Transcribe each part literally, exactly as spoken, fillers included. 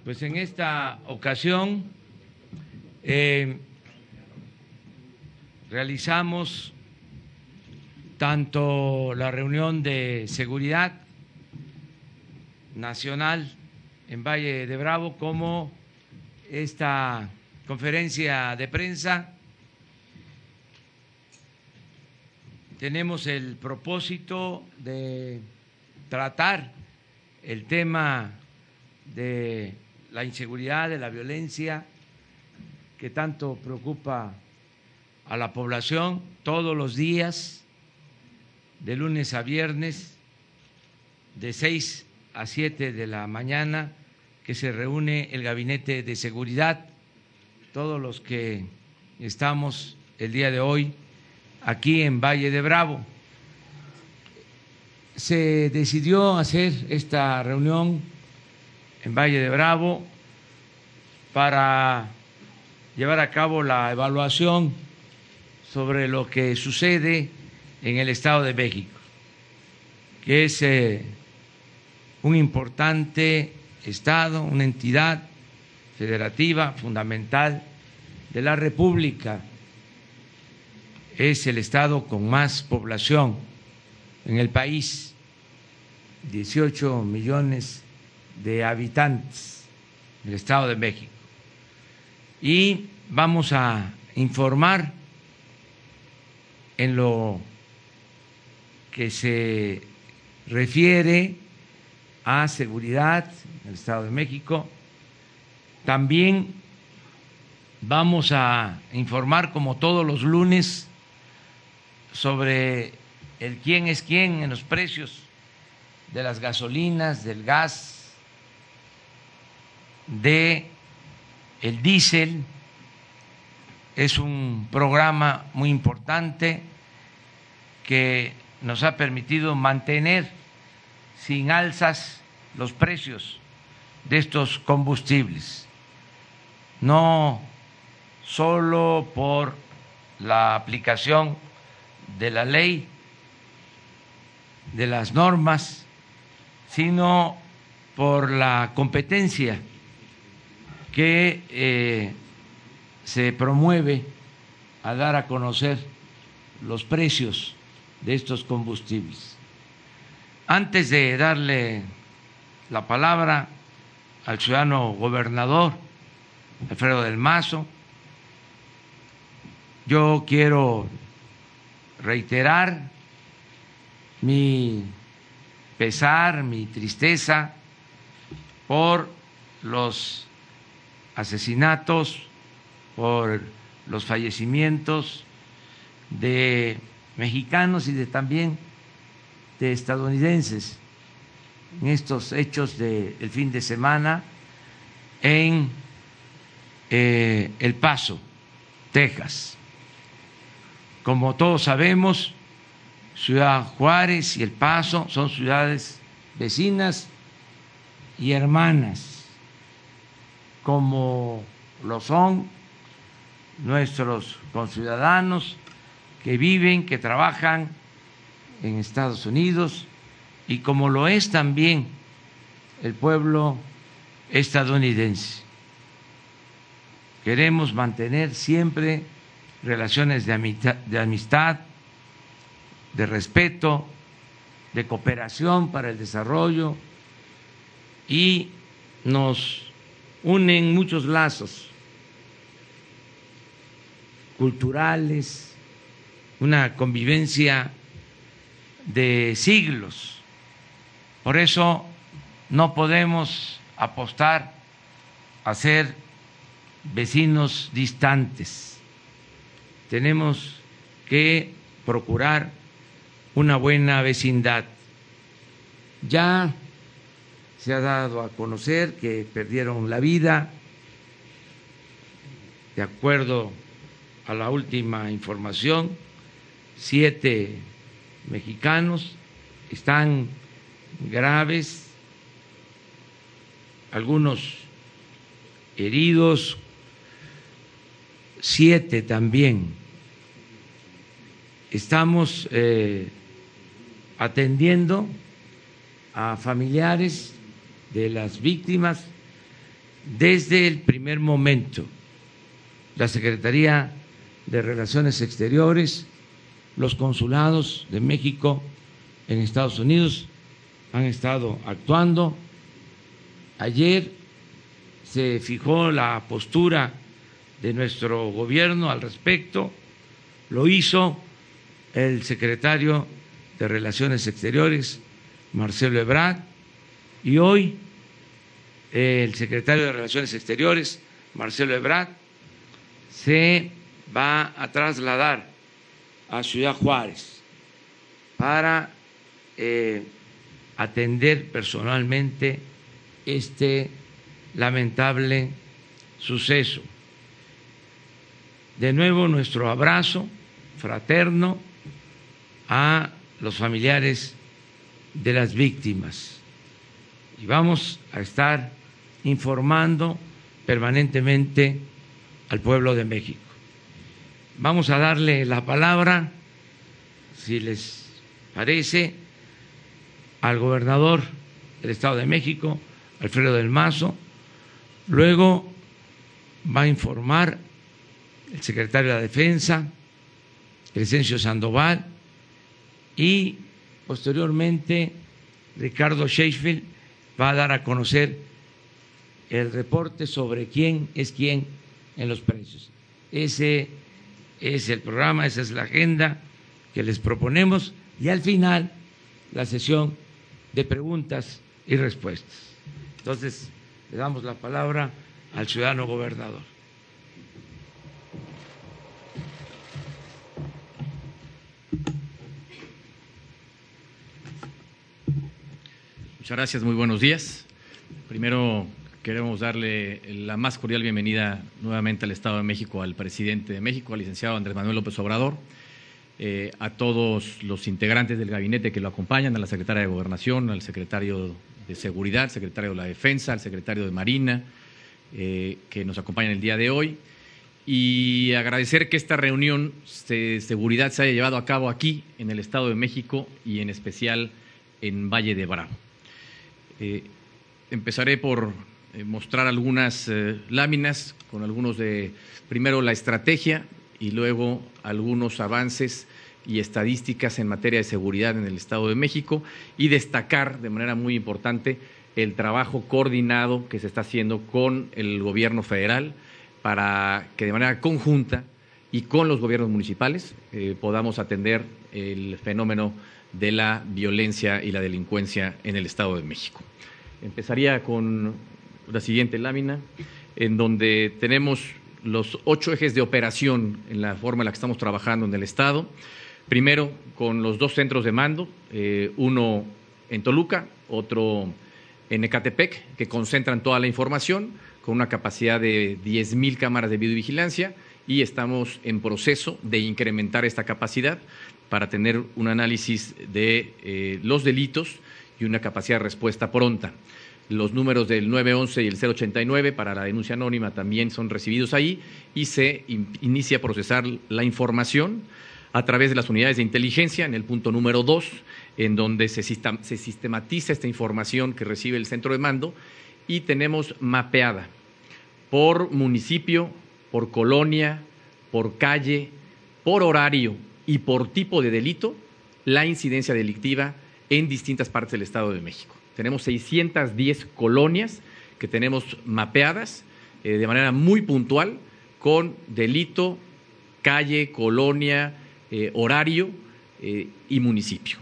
Pues en esta ocasión eh, realizamos tanto la reunión de seguridad nacional en Valle de Bravo como esta conferencia de prensa. Tenemos el propósito de tratar el tema de la inseguridad, de la violencia que tanto preocupa a la población todos los días, de lunes a viernes, de seis a siete de la mañana, que se reúne el Gabinete de Seguridad, todos los que estamos el día de hoy aquí en Valle de Bravo. Se decidió hacer esta reunión en Valle de Bravo para llevar a cabo la evaluación sobre lo que sucede en el Estado de México, que es eh, un importante estado, una entidad federativa fundamental de la República. Es el estado con más población en el país, dieciocho millones de habitantes, el Estado de México. Y vamos a informar en lo que se refiere a seguridad en el Estado de México. También vamos a informar, como todos los lunes, sobre el quién es quién en los precios de las gasolinas, del gas, de el diésel. Es un programa muy importante que nos ha permitido mantener sin alzas los precios de estos combustibles, no solo por la aplicación de la ley, de las normas, sino por la competencia que eh, se promueve a dar a conocer los precios de estos combustibles. Antes de darle la palabra al ciudadano gobernador Alfredo del Mazo, yo quiero reiterar mi pesar, mi tristeza por los asesinatos, por los fallecimientos de mexicanos y de también de estadounidenses en estos hechos del fin de semana en eh, El Paso, Texas. Como todos sabemos, Ciudad Juárez y El Paso son ciudades vecinas y hermanas, como lo son nuestros conciudadanos que viven, que trabajan en Estados Unidos, y como lo es también el pueblo estadounidense. Queremos mantener siempre relaciones de amistad, de amistad, de respeto, de cooperación para el desarrollo, y nos unen muchos lazos culturales, una convivencia de siglos. Por eso no podemos apostar a ser vecinos distantes. Tenemos que procurar una buena vecindad. Ya se ha dado a conocer que perdieron la vida, de acuerdo a la última información, siete mexicanos están graves, algunos heridos, siete también. Estamos eh, atendiendo a familiares de las víctimas desde el primer momento, la Secretaría de Relaciones Exteriores, los consulados de México en Estados Unidos han estado actuando. Ayer se fijó la postura de nuestro gobierno al respecto, lo hizo el secretario de Relaciones Exteriores, Marcelo Ebrard, y hoy el secretario de Relaciones Exteriores, Marcelo Ebrard, se va a trasladar a Ciudad Juárez para eh, atender personalmente este lamentable suceso. De nuevo, nuestro abrazo fraterno a los familiares de las víctimas y vamos a estar informando permanentemente al pueblo de México. Vamos a darle la palabra, si les parece, al gobernador del Estado de México, Alfredo del Mazo. Luego va a informar el secretario de la Defensa, Crescencio Sandoval, y posteriormente Ricardo Sheffield va a dar a conocer el reporte sobre quién es quién en los precios. Ese es el programa, esa es la agenda que les proponemos, y al final la sesión de preguntas y respuestas. Entonces, le damos la palabra al ciudadano gobernador. Muchas gracias, muy buenos días. Primero queremos darle la más cordial bienvenida nuevamente al Estado de México al presidente de México, al licenciado Andrés Manuel López Obrador, eh, a todos los integrantes del gabinete que lo acompañan, a la secretaria de Gobernación, al secretario de Seguridad, al secretario de la Defensa, al secretario de Marina, eh, que nos acompañan el día de hoy, y agradecer que esta reunión de seguridad se haya llevado a cabo aquí en el Estado de México y en especial en Valle de Bravo. Eh, empezaré por eh, mostrar algunas eh, láminas con algunos de, primero la estrategia y luego algunos avances y estadísticas en materia de seguridad en el Estado de México, y destacar de manera muy importante el trabajo coordinado que se está haciendo con el gobierno federal para que de manera conjunta y con los gobiernos municipales eh, podamos atender el fenómeno de la violencia y la delincuencia en el Estado de México. Empezaría con la siguiente lámina, en donde tenemos los ocho ejes de operación en la forma en la que estamos trabajando en el Estado. Primero, con los dos centros de mando, eh, uno en Toluca, otro en Ecatepec, que concentran toda la información con una capacidad de diez mil cámaras de videovigilancia, y estamos en proceso de incrementar esta capacidad para tener un análisis de eh, los delitos y una capacidad de respuesta pronta. Los números del nueve once y el cero ochenta y nueve para la denuncia anónima también son recibidos ahí, y se in, inicia a procesar la información a través de las unidades de inteligencia en el punto número dos, en donde se, sistem, se sistematiza esta información que recibe el centro de mando, y tenemos mapeada por municipio, por colonia, por calle, por horario y por tipo de delito la incidencia delictiva en distintas partes del Estado de México. Tenemos seiscientas diez colonias que tenemos mapeadas eh, de manera muy puntual con delito, calle, colonia, eh, horario eh, y municipio.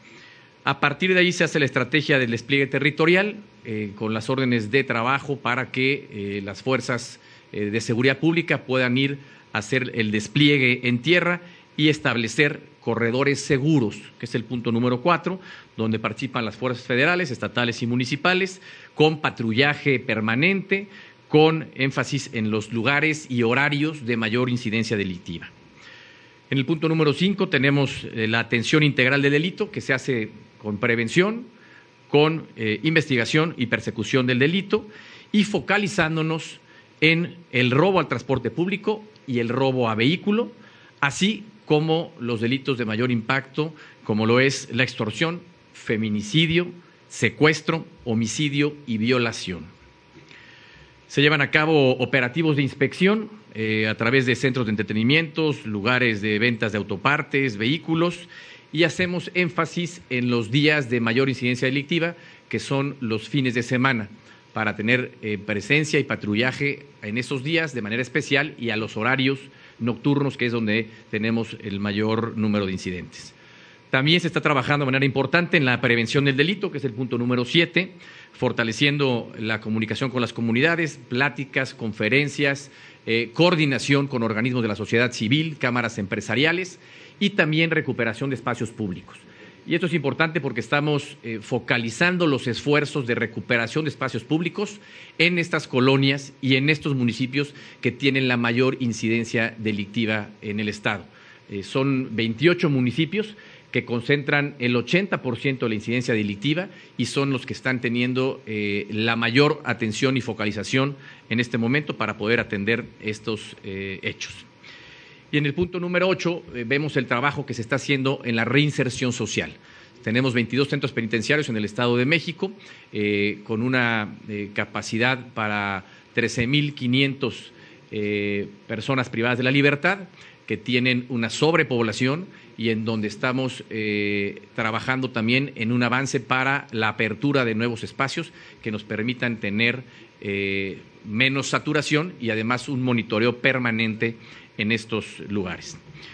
A partir de ahí se hace la estrategia del despliegue territorial eh, con las órdenes de trabajo para que eh, las fuerzas eh, de seguridad pública puedan ir a hacer el despliegue en tierra y establecer corredores seguros, que es el punto número cuatro, donde participan las fuerzas federales, estatales y municipales, con patrullaje permanente, con énfasis en los lugares y horarios de mayor incidencia delictiva. En el punto número cinco tenemos eh, la atención integral del delito, que se hace con prevención, con eh, investigación y persecución del delito, y focalizándonos en el robo al transporte público y el robo a vehículo, así como los delitos de mayor impacto, como lo es la extorsión, feminicidio, secuestro, homicidio y violación. Se llevan a cabo operativos de inspección eh, a través de centros de entretenimientos, lugares de ventas de autopartes, vehículos, y hacemos énfasis en los días de mayor incidencia delictiva, que son los fines de semana, para tener eh, presencia y patrullaje en esos días de manera especial y a los horarios nocturnos, que es donde tenemos el mayor número de incidentes. También se está trabajando de manera importante en la prevención del delito, que es el punto número siete, fortaleciendo la comunicación con las comunidades, pláticas, conferencias, eh, coordinación con organismos de la sociedad civil, cámaras empresariales y también recuperación de espacios públicos. Y esto es importante porque estamos eh, focalizando los esfuerzos de recuperación de espacios públicos en estas colonias y en estos municipios que tienen la mayor incidencia delictiva en el Estado. Eh, son veintiocho municipios que concentran el ochenta por ciento de la incidencia delictiva y son los que están teniendo eh, la mayor atención y focalización en este momento para poder atender estos eh, hechos. Y en el punto número ocho eh, vemos el trabajo que se está haciendo en la reinserción social. Tenemos veintidós centros penitenciarios en el Estado de México, eh, con una eh, capacidad para trece mil quinientas eh, personas privadas de la libertad, que tienen una sobrepoblación y en donde estamos eh, trabajando también en un avance para la apertura de nuevos espacios que nos permitan tener eh, menos saturación y además un monitoreo permanente en estos lugares.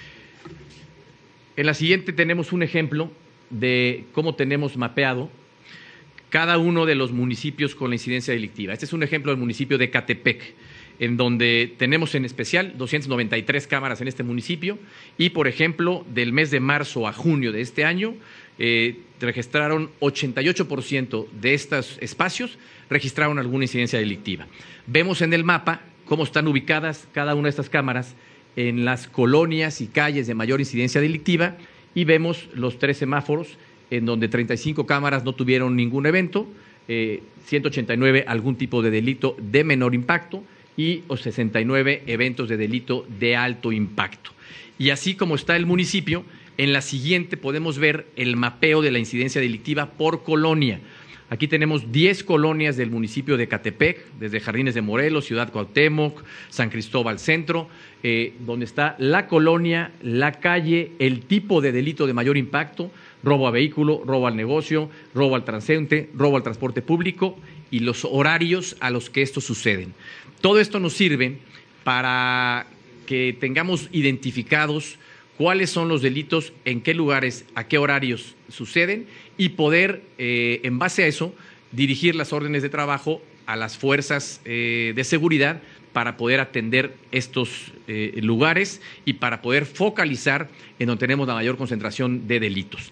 En la siguiente tenemos un ejemplo de cómo tenemos mapeado cada uno de los municipios con la incidencia delictiva. Este es un ejemplo del municipio de Ecatepec, en donde tenemos en especial doscientas noventa y tres cámaras en este municipio y, por ejemplo, del mes de marzo a junio de este año, eh, registraron ochenta y ocho por ciento de estos espacios, registraron alguna incidencia delictiva. Vemos en el mapa cómo están ubicadas cada una de estas cámaras en las colonias y calles de mayor incidencia delictiva y vemos los tres semáforos en donde treinta y cinco cámaras no tuvieron ningún evento, eh, ciento ochenta y nueve algún tipo de delito de menor impacto y sesenta y nueve eventos de delito de alto impacto. Y así como está el municipio, en la siguiente podemos ver el mapeo de la incidencia delictiva por colonia. Aquí tenemos diez colonias del municipio de Ecatepec, desde Jardines de Morelos, Ciudad Cuauhtémoc, San Cristóbal Centro, eh, donde está la colonia, la calle, el tipo de delito de mayor impacto, robo a vehículo, robo al negocio, robo al transeúnte, robo al transporte público y los horarios a los que estos suceden. Todo esto nos sirve para que tengamos identificados cuáles son los delitos, en qué lugares, a qué horarios suceden y poder, eh, en base a eso, dirigir las órdenes de trabajo a las fuerzas eh, de seguridad para poder atender estos eh, lugares y para poder focalizar en donde tenemos la mayor concentración de delitos.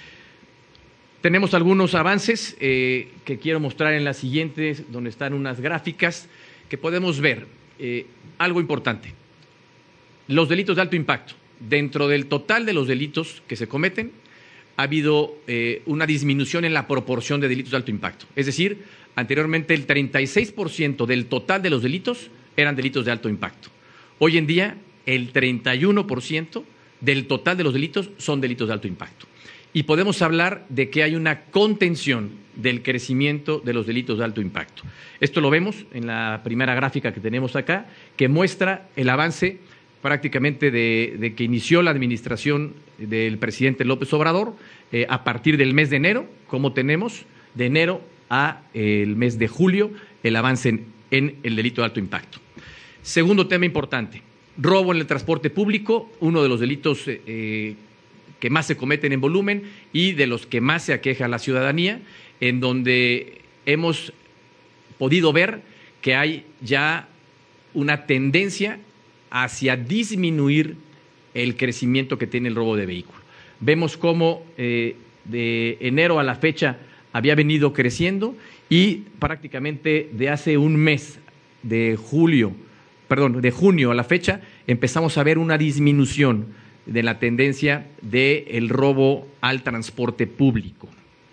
Tenemos algunos avances eh, que quiero mostrar en las siguientes, donde están unas gráficas que podemos ver. Eh, algo importante, los delitos de alto impacto. Dentro del total de los delitos que se cometen, ha habido eh, una disminución en la proporción de delitos de alto impacto. Es decir, anteriormente el treinta y seis por ciento del total de los delitos eran delitos de alto impacto. Hoy en día, el treinta y uno por ciento del total de los delitos son delitos de alto impacto. Y podemos hablar de que hay una contención del crecimiento de los delitos de alto impacto. Esto lo vemos en la primera gráfica que tenemos acá, que muestra el avance prácticamente de, de que inició la administración del presidente López Obrador eh, a partir del mes de enero, como tenemos de enero a eh, el mes de julio el avance en, en el delito de alto impacto. Segundo tema importante, robo en el transporte público, uno de los delitos eh, que más se cometen en volumen y de los que más se aqueja a la ciudadanía, en donde hemos podido ver que hay ya una tendencia hacia disminuir el crecimiento que tiene el robo de vehículo. Vemos cómo eh, de enero a la fecha había venido creciendo y prácticamente de hace un mes, de julio, perdón, de junio a la fecha, empezamos a ver una disminución de la tendencia del robo al transporte público.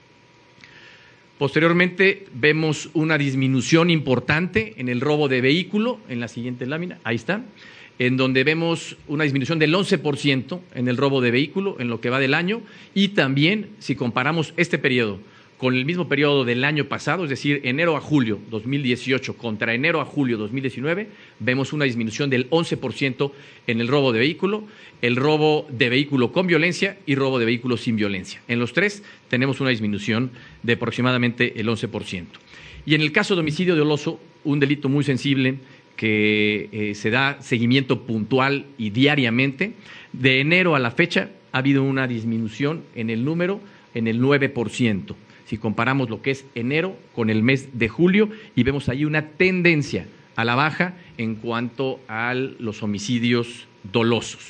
Posteriormente vemos una disminución importante en el robo de vehículo, en la siguiente lámina, ahí está, en donde vemos una disminución del once por ciento en el robo de vehículo en lo que va del año y también si comparamos este periodo con el mismo periodo del año pasado, es decir, enero a julio dos mil dieciocho contra enero a julio dos mil diecinueve, vemos una disminución del once por ciento en el robo de vehículo, el robo de vehículo con violencia y robo de vehículo sin violencia. En los tres tenemos una disminución de aproximadamente el once por ciento. Y en el caso de homicidio doloso, un delito muy sensible que eh, se da seguimiento puntual y diariamente, de enero a la fecha ha habido una disminución en el número en el nueve por ciento. Si comparamos lo que es enero con el mes de julio, y vemos ahí una tendencia a la baja en cuanto a los homicidios dolosos.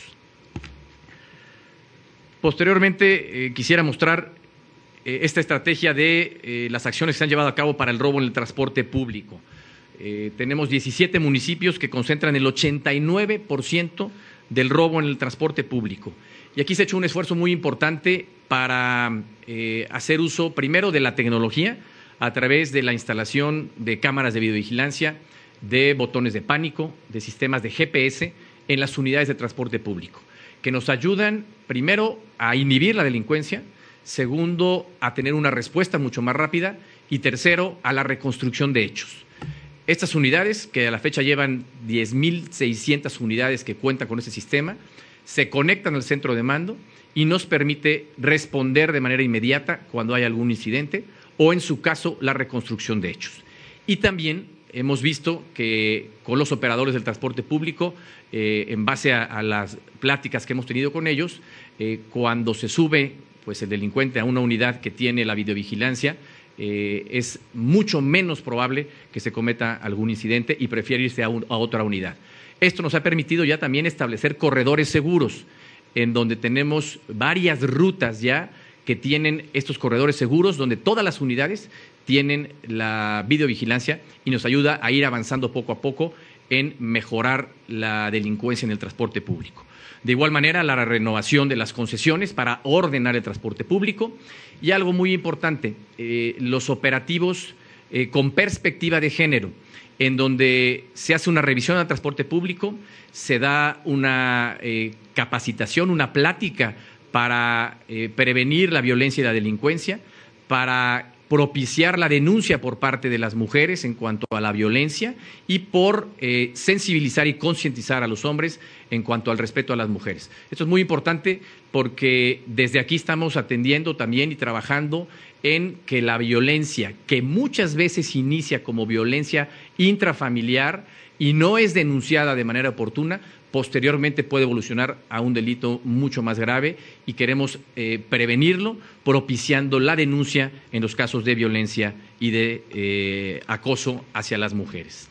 Posteriormente, eh, quisiera mostrar eh, esta estrategia de eh, las acciones que se han llevado a cabo para el robo en el transporte público. Eh, tenemos diecisiete municipios que concentran el ochenta y nueve por ciento del robo en el transporte público. Y aquí se ha hecho un esfuerzo muy importante para eh, hacer uso primero de la tecnología a través de la instalación de cámaras de videovigilancia, de botones de pánico, de sistemas de G P S en las unidades de transporte público, que nos ayudan primero a inhibir la delincuencia, segundo a tener una respuesta mucho más rápida y tercero a la reconstrucción de hechos. Estas unidades, que a la fecha llevan diez mil seiscientas unidades que cuentan con este sistema, se conectan al centro de mando y nos permite responder de manera inmediata cuando hay algún incidente o, en su caso, la reconstrucción de hechos. Y también hemos visto que con los operadores del transporte público, eh, en base a, a las pláticas que hemos tenido con ellos, eh, cuando se sube pues, el delincuente a una unidad que tiene la videovigilancia, eh, es mucho menos probable que se cometa algún incidente y prefiere irse a, un, a otra unidad. Esto nos ha permitido ya también establecer corredores seguros, en donde tenemos varias rutas ya que tienen estos corredores seguros, donde todas las unidades tienen la videovigilancia y nos ayuda a ir avanzando poco a poco en mejorar la delincuencia en el transporte público. De igual manera, la renovación de las concesiones para ordenar el transporte público y algo muy importante, eh, los operativos eh, con perspectiva de género, en donde se hace una revisión del transporte público, se da una eh, capacitación, una plática para eh, prevenir la violencia y la delincuencia, para propiciar la denuncia por parte de las mujeres en cuanto a la violencia y por eh, sensibilizar y concientizar a los hombres en cuanto al respeto a las mujeres. Esto es muy importante porque desde aquí estamos atendiendo también y trabajando en que la violencia, que muchas veces inicia como violencia intrafamiliar y no es denunciada de manera oportuna, posteriormente puede evolucionar a un delito mucho más grave y queremos eh, prevenirlo propiciando la denuncia en los casos de violencia y de eh, acoso hacia las mujeres.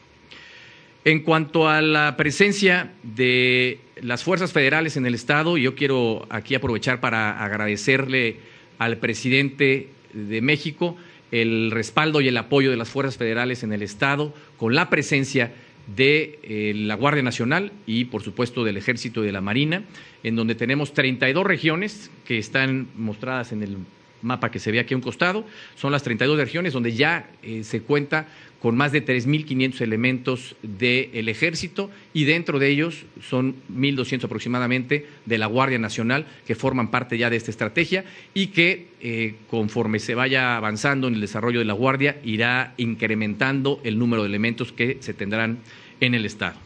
En cuanto a la presencia de las fuerzas federales en el Estado, yo quiero aquí aprovechar para agradecerle al presidente de México el respaldo y el apoyo de las fuerzas federales en el Estado con la presencia de eh, la Guardia Nacional y, por supuesto, del Ejército y de la Marina, en donde tenemos treinta y dos regiones que están mostradas en el mapa que se ve aquí a un costado. Son las treinta y dos regiones donde ya eh, se cuenta con más de tres mil quinientos elementos del Ejército y dentro de ellos son mil doscientos aproximadamente de la Guardia Nacional que forman parte ya de esta estrategia y que eh, conforme se vaya avanzando en el desarrollo de la Guardia irá incrementando el número de elementos que se tendrán en el Estado.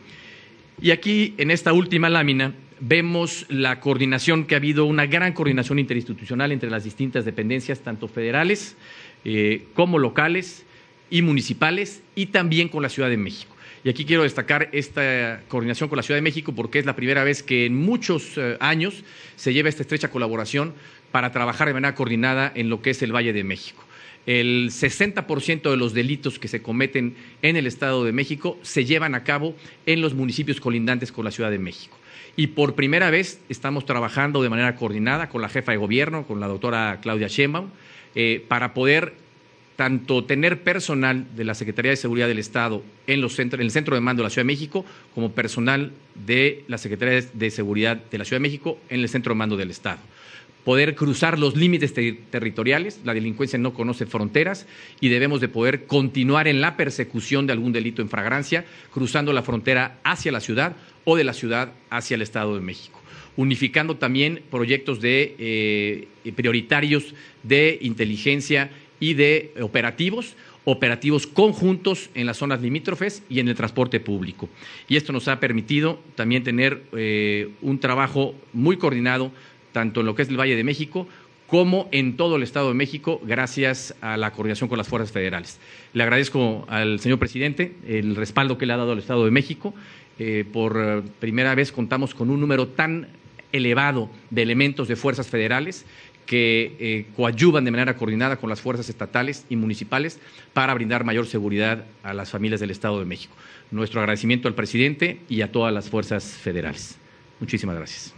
Y aquí en esta última lámina vemos la coordinación que ha habido, una gran coordinación interinstitucional entre las distintas dependencias, tanto federales eh, como locales y municipales y también con la Ciudad de México. Y aquí quiero destacar esta coordinación con la Ciudad de México porque es la primera vez que en muchos eh, años se lleva esta estrecha colaboración para trabajar de manera coordinada en lo que es el Valle de México. El sesenta por ciento de los delitos que se cometen en el Estado de México se llevan a cabo en los municipios colindantes con la Ciudad de México. Y por primera vez estamos trabajando de manera coordinada con la jefa de gobierno, con la doctora Claudia Sheinbaum, eh, para poder tanto tener personal de la Secretaría de Seguridad del Estado en, los centros, en el centro de mando de la Ciudad de México, como personal de la Secretaría de Seguridad de la Ciudad de México en el centro de mando del Estado. Poder cruzar los límites ter territoriales, la delincuencia no conoce fronteras y debemos de poder continuar en la persecución de algún delito en flagrancia, cruzando la frontera hacia la ciudad o de la ciudad hacia el Estado de México, unificando también proyectos de, eh, prioritarios de inteligencia y de operativos, operativos conjuntos en las zonas limítrofes y en el transporte público. Y esto nos ha permitido también tener eh, un trabajo muy coordinado, tanto en lo que es el Valle de México como en todo el Estado de México, gracias a la coordinación con las fuerzas federales. Le agradezco al señor presidente el respaldo que le ha dado al Estado de México. Eh, por primera vez contamos con un número tan elevado de elementos de fuerzas federales que eh, coadyuvan de manera coordinada con las fuerzas estatales y municipales para brindar mayor seguridad a las familias del Estado de México. Nuestro agradecimiento al presidente y a todas las fuerzas federales. Muchísimas gracias.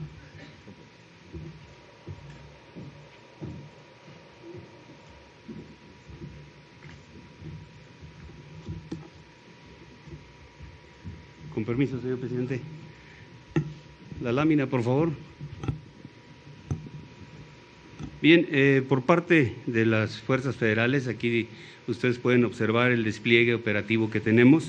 Con permiso, señor presidente. La lámina, por favor. Bien, eh, por parte de las fuerzas federales, aquí ustedes pueden observar el despliegue operativo que tenemos.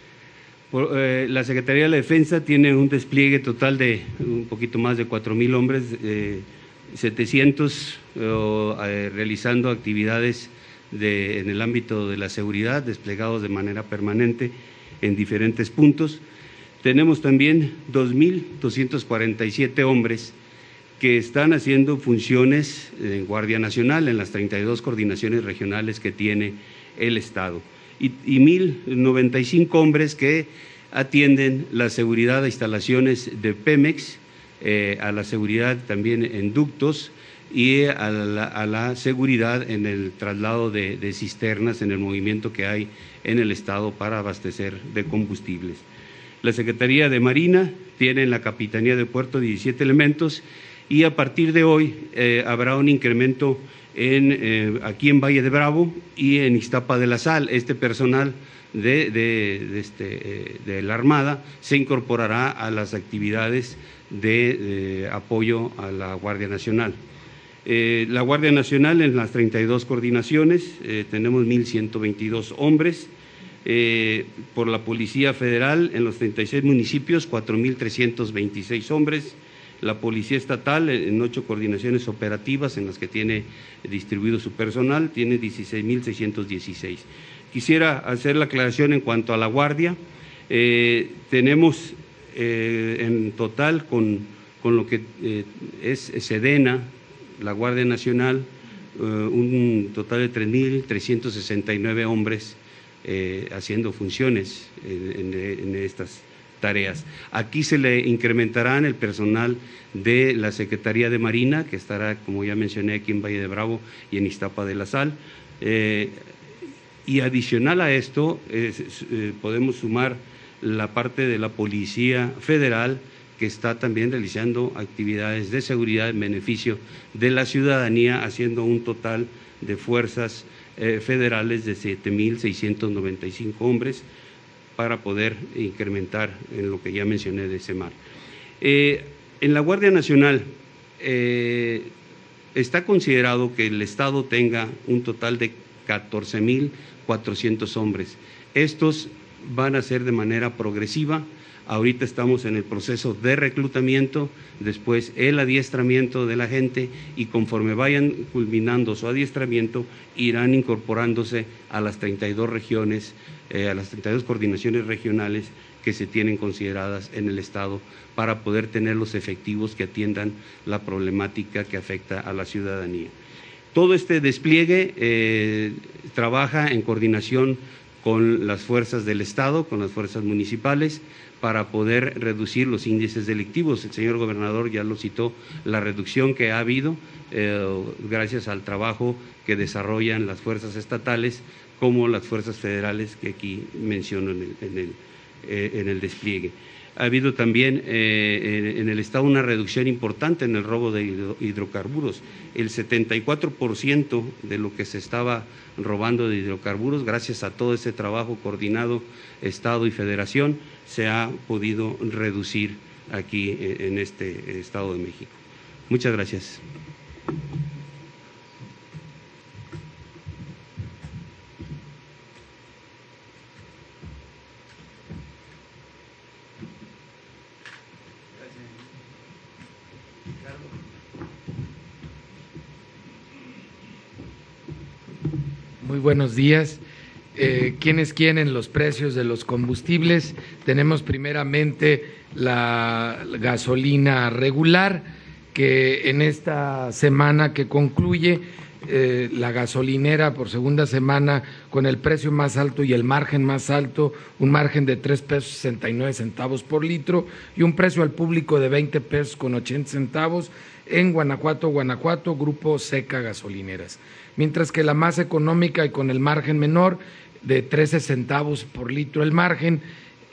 Por, eh, la Secretaría de la Defensa tiene un despliegue total de un poquito más de cuatro mil hombres, eh, setecientos eh, realizando actividades de, en el ámbito de la seguridad, desplegados de manera permanente en diferentes puntos. Tenemos también dos mil doscientos cuarenta y siete hombres que están haciendo funciones en Guardia Nacional en las treinta y dos coordinaciones regionales que tiene el Estado y, y mil noventa y cinco hombres que atienden la seguridad de instalaciones de Pemex, eh, a la seguridad también en ductos y a la, a la seguridad en el traslado de, de cisternas, en el movimiento que hay en el Estado para abastecer de combustibles. La Secretaría de Marina tiene en la Capitanía de Puerto diecisiete elementos y a partir de hoy eh, habrá un incremento en, eh, aquí en Valle de Bravo y en Ixtapa de la Sal. Este personal de, de, de, este, eh, de la Armada se incorporará a las actividades de, de apoyo a la Guardia Nacional. Eh, la Guardia Nacional en las treinta y dos coordinaciones eh, tenemos mil ciento veintidós hombres. Eh, por la Policía Federal en los treinta y seis municipios, cuatro mil trescientos veintiséis hombres, la Policía Estatal en ocho coordinaciones operativas en las que tiene distribuido su personal, tiene dieciséis mil seiscientos dieciséis. Quisiera hacer la aclaración en cuanto a la Guardia, eh, tenemos eh, en total con, con lo que eh, es Sedena, la Guardia Nacional, eh, un total de tres mil trescientos sesenta y nueve hombres Eh, haciendo funciones en, en, en estas tareas. Aquí se le incrementarán el personal de la Secretaría de Marina, que estará, como ya mencioné, aquí en Valle de Bravo y en Ixtapa de la Sal. Eh, y adicional a esto, eh, eh, podemos sumar la parte de la Policía Federal, que está también realizando actividades de seguridad en beneficio de la ciudadanía, haciendo un total de fuerzas Eh, federales de siete mil seiscientos noventa y cinco hombres para poder incrementar en lo que ya mencioné de SEMAR. Eh, en la Guardia Nacional eh, está considerado que el Estado tenga un total de catorce mil cuatrocientos hombres. Estos van a ser de manera progresiva. Ahorita estamos en el proceso de reclutamiento, después el adiestramiento de la gente y conforme vayan culminando su adiestramiento irán incorporándose a las treinta y dos regiones, eh, a las treinta y dos coordinaciones regionales que se tienen consideradas en el Estado para poder tener los efectivos que atiendan la problemática que afecta a la ciudadanía. Todo este despliegue eh, trabaja en coordinación con las fuerzas del Estado, con las fuerzas municipales, para poder reducir los índices delictivos. El señor gobernador ya lo citó, la reducción que ha habido eh, gracias al trabajo que desarrollan las fuerzas estatales como las fuerzas federales que aquí menciono en el, en el, eh, en el despliegue. Ha habido también eh, en el Estado una reducción importante en el robo de hidrocarburos. El setenta y cuatro por ciento de lo que se estaba robando de hidrocarburos, gracias a todo ese trabajo coordinado Estado y Federación, se ha podido reducir aquí en este Estado de México. Muchas gracias. Muy buenos días. Eh, ¿Quiénes quieren los precios de los combustibles? Tenemos primeramente la gasolina regular, que en esta semana que concluye, eh, la gasolinera por segunda semana con el precio más alto y el margen más alto, un margen de tres pesos sesenta y nueve centavos por litro y un precio al público de veinte pesos con ochenta centavos en Guanajuato, Guanajuato, Grupo Seca Gasolineras. Mientras que la más económica y con el margen menor de trece centavos por litro el margen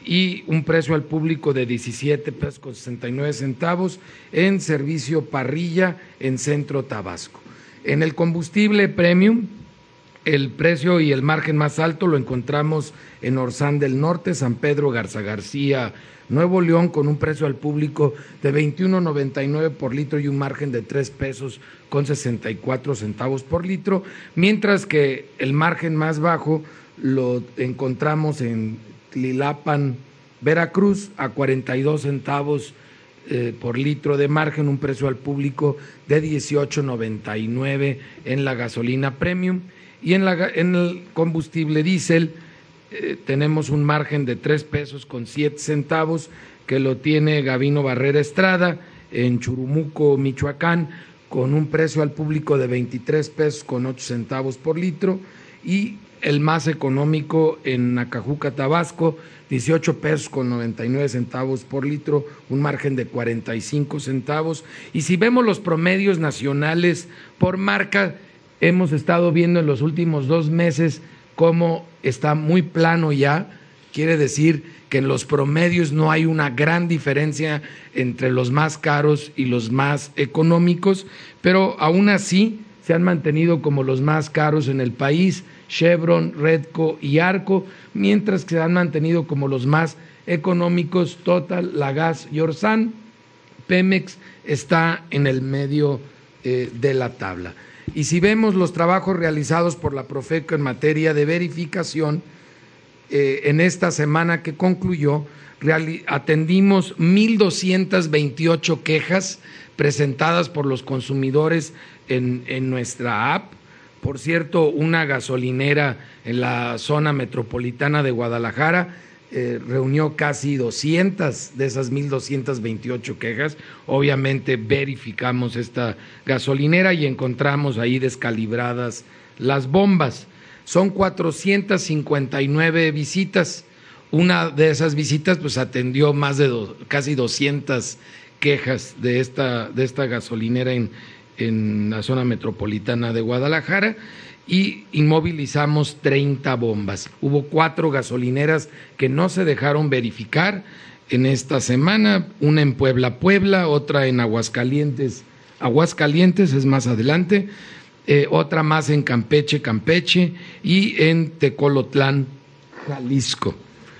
y un precio al público de diecisiete pesos con sesenta y nueve centavos en Servicio Parrilla en Centro Tabasco. En el combustible premium, el precio y el margen más alto lo encontramos en Orzán del Norte, San Pedro Garza García, Nuevo León, con un precio al público de veintiuno noventa y nueve por litro y un margen de tres pesos con sesenta y cuatro centavos por litro, mientras que el margen más bajo lo encontramos en Tlilapan, Veracruz, a cuarenta y dos centavos eh, por litro de margen, un precio al público de dieciocho noventa y nueve en la gasolina premium, y en, la, en el combustible diésel eh, tenemos un margen de tres pesos con siete centavos que lo tiene Gavino Barrera Estrada en Churumuco, Michoacán, con un precio al público de veintitrés pesos con ocho centavos por litro, y el más económico en Nacajuca, Tabasco, dieciocho pesos con noventa y nueve centavos por litro, un margen de cuarenta y cinco centavos. Y si vemos los promedios nacionales por marca, hemos estado viendo en los últimos dos meses cómo está muy plano ya, quiere decir que en los promedios no hay una gran diferencia entre los más caros y los más económicos, pero aún así se han mantenido como los más caros en el país Chevron, Redco y Arco, mientras que se han mantenido como los más económicos Total, Lagas y Orsán. Pemex está en el medio eh, de la tabla. Y si vemos los trabajos realizados por la Profeco en materia de verificación, eh, en esta semana que concluyó, atendimos mil doscientas veintiocho quejas presentadas por los consumidores en, en nuestra app. Por cierto, una gasolinera en la zona metropolitana de Guadalajara eh, reunió casi doscientas de esas mil doscientas veintiocho quejas. Obviamente verificamos esta gasolinera y encontramos ahí descalibradas las bombas. Son cuatrocientas cincuenta y nueve visitas. Una de esas visitas pues atendió más de do, casi doscientas quejas de esta, de esta gasolinera en en la zona metropolitana de Guadalajara, y inmovilizamos treinta bombas. Hubo cuatro gasolineras que no se dejaron verificar en esta semana, una en Puebla, Puebla, otra en Aguascalientes, Aguascalientes es más adelante, eh, otra más en Campeche, Campeche, y en Tecolotlán, Jalisco.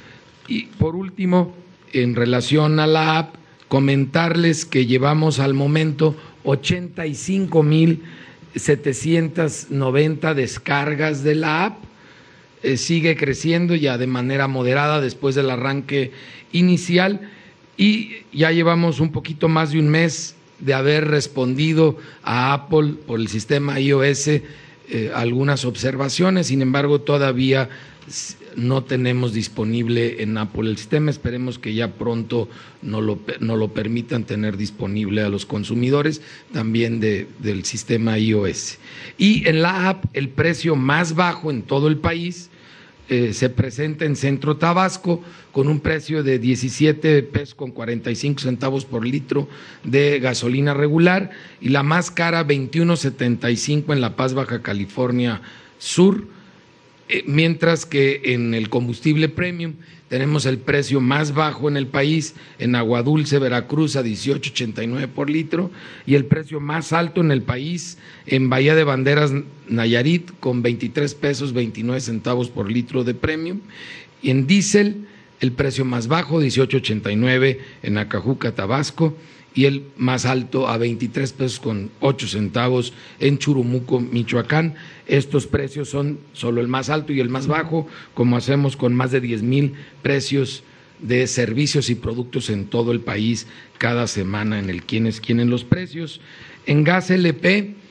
Y por último, en relación a la app, comentarles que llevamos al momento ochenta y cinco mil setecientas noventa descargas de la app, eh, sigue creciendo ya de manera moderada después del arranque inicial, y ya llevamos un poquito más de un mes de haber respondido a Apple por el sistema iOS eh, algunas observaciones. Sin embargo, todavía no tenemos disponible en Apple el sistema. Esperemos que ya pronto nos lo, nos lo permitan tener disponible a los consumidores también de, del sistema iOS. Y en la app, el precio más bajo en todo el país eh, se presenta en Centro Tabasco con un precio de diecisiete pesos con cuarenta y cinco centavos por litro de gasolina regular, y la más cara veintiuno setenta y cinco en La Paz, Baja California Sur. Mientras que en el combustible premium tenemos el precio más bajo en el país en Agua Dulce, Veracruz, a dieciocho ochenta y nueve por litro, y el precio más alto en el país en Bahía de Banderas, Nayarit, con veintitrés pesos veintinueve centavos por litro de premium. Y en diésel, el precio más bajo, dieciocho ochenta y nueve en Acajuca, Tabasco, y el más alto a veintitrés pesos con ocho centavos en Churumuco, Michoacán. Estos precios son solo el más alto y el más bajo, como hacemos con más de diez mil precios de servicios y productos en todo el país cada semana en el Quién es Quién en los precios. En gas L P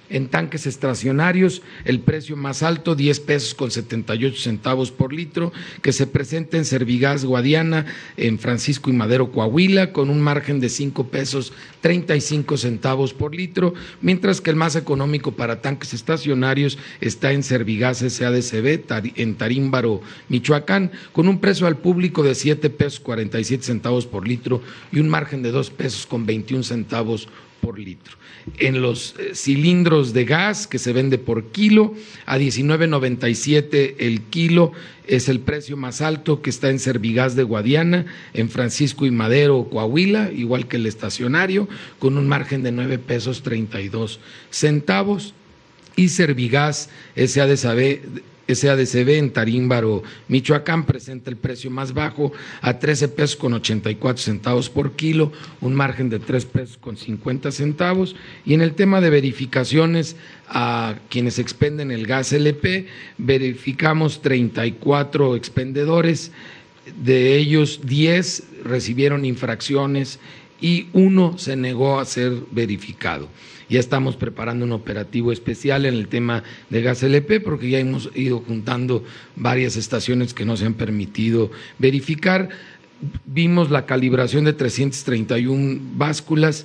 En tanques estacionarios, el precio más alto, diez pesos con setenta y ocho centavos por litro, que se presenta en Servigas Guadiana, en Francisco y Madero, Coahuila, con un margen de cinco pesos treinta y cinco centavos por litro, mientras que el más económico para tanques estacionarios está en Servigas S A D C B, en Tarímbaro, Michoacán, con un precio al público de siete pesos cuarenta y siete centavos por litro y un margen de dos pesos con veintiún centavos por litro. En los eh, cilindros de gas que se vende por kilo, a diecinueve noventa y siete el kilo es el precio más alto, que está en Servigas de Guadiana, en Francisco y Madero, Coahuila, igual que el estacionario, con un margen de nueve pesos treinta y dos centavos, y Servigas S A D C B S A D C B en Tarímbaro, Michoacán, presenta el precio más bajo a trece pesos con ochenta y cuatro centavos por kilo, un margen de tres pesos con cincuenta centavos. Y en el tema de verificaciones a quienes expenden el gas L P, verificamos treinta y cuatro expendedores, de ellos diez recibieron infracciones y uno se negó a ser verificado. Ya estamos preparando un operativo especial en el tema de gas L P porque ya hemos ido juntando varias estaciones que no se han permitido verificar. Vimos la calibración de trescientas treinta y una básculas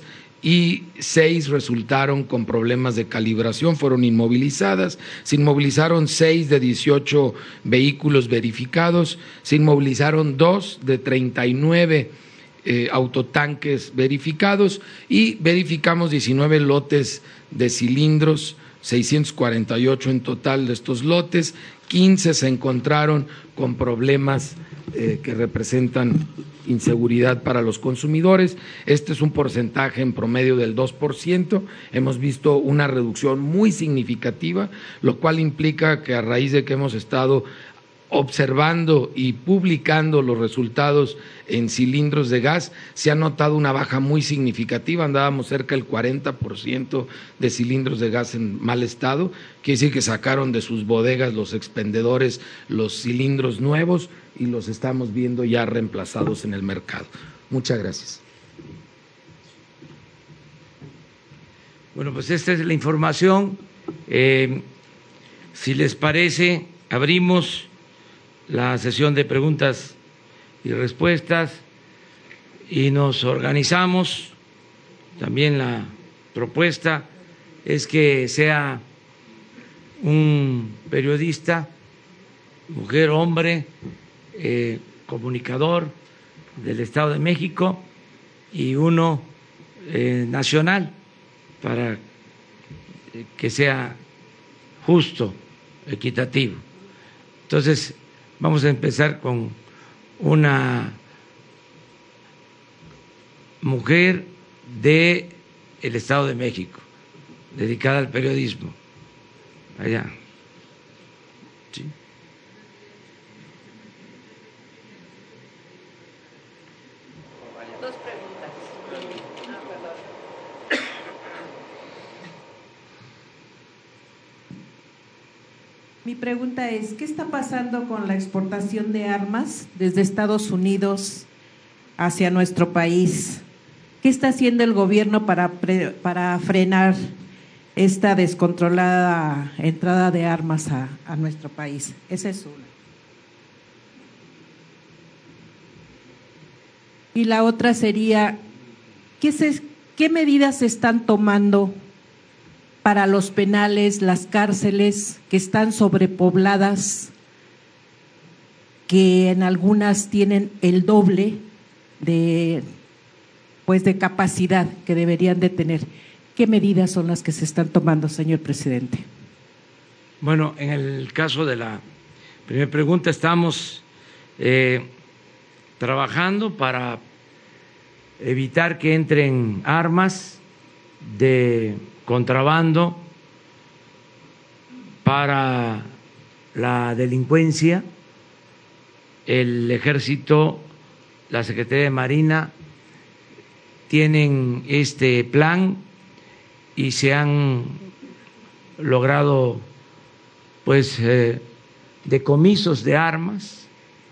y seis resultaron con problemas de calibración, fueron inmovilizadas. Se inmovilizaron seis de dieciocho vehículos verificados, se inmovilizaron dos de treinta y nueve Eh, autotanques verificados y verificamos diecinueve lotes de cilindros, seiscientos cuarenta y ocho en total de estos lotes, quince se encontraron con problemas eh, que representan inseguridad para los consumidores. Este es un porcentaje en promedio del dos por ciento, hemos visto una reducción muy significativa, lo cual implica que a raíz de que hemos estado observando y publicando los resultados en cilindros de gas, se ha notado una baja muy significativa, andábamos cerca del cuarenta por ciento de cilindros de gas en mal estado, quiere decir que sacaron de sus bodegas los expendedores los cilindros nuevos y los estamos viendo ya reemplazados en el mercado. Muchas gracias. Bueno, pues esta es la información. Eh, si les parece, abrimos la sesión de preguntas y respuestas y nos organizamos. También la propuesta es que sea un periodista, mujer, hombre, eh, comunicador del Estado de México y uno eh, nacional, para que sea justo, equitativo. Entonces, vamos a empezar con una mujer del Estado de México, dedicada al periodismo. Allá. ¿Sí? Dos preguntas. Ah, perdón. Mi pregunta es, ¿qué está pasando con la exportación de armas desde Estados Unidos hacia nuestro país? ¿Qué está haciendo el gobierno para, pre, para frenar esta descontrolada entrada de armas a, a nuestro país? Esa es una. Y la otra sería, ¿qué, se, qué medidas se están tomando para los penales, las cárceles que están sobrepobladas, que en algunas tienen el doble de, pues, de capacidad que deberían de tener? ¿Qué medidas son las que se están tomando, señor presidente? Bueno, en el caso de la primera pregunta, estamos eh, trabajando para evitar que entren armas de contrabando para la delincuencia. El Ejército, la Secretaría de Marina tienen este plan y se han logrado pues eh, decomisos de armas.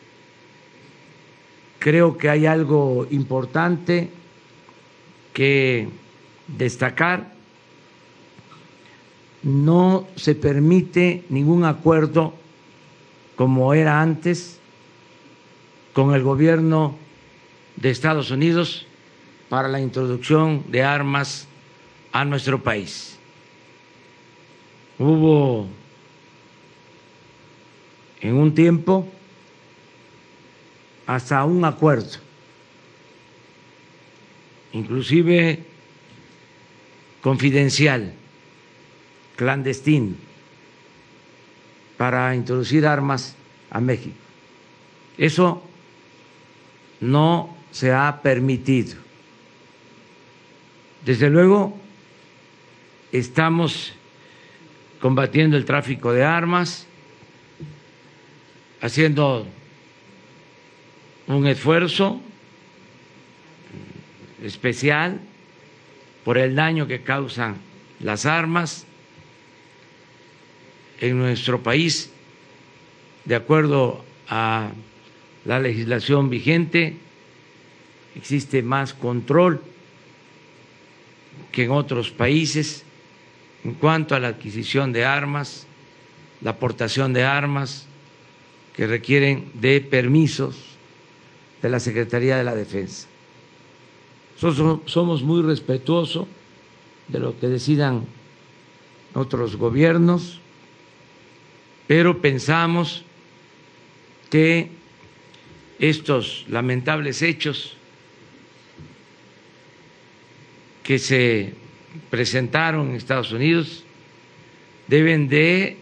Creo que hay algo importante que destacar. no se permite ningún acuerdo como era antes con el gobierno de Estados Unidos para la introducción de armas a nuestro país. Hubo en un tiempo hasta un acuerdo, inclusive confidencial, clandestino, para introducir armas a México. Eso no se ha permitido. Desde luego, estamos combatiendo el tráfico de armas, haciendo un esfuerzo especial por el daño que causan las armas en nuestro país. De acuerdo a la legislación vigente, existe más control que en otros países en cuanto a la adquisición de armas, la aportación de armas que requieren de permisos de la Secretaría de la Defensa. Nosotros somos muy respetuosos de lo que decidan otros gobiernos, pero pensamos que estos lamentables hechos que se presentaron en Estados Unidos deben de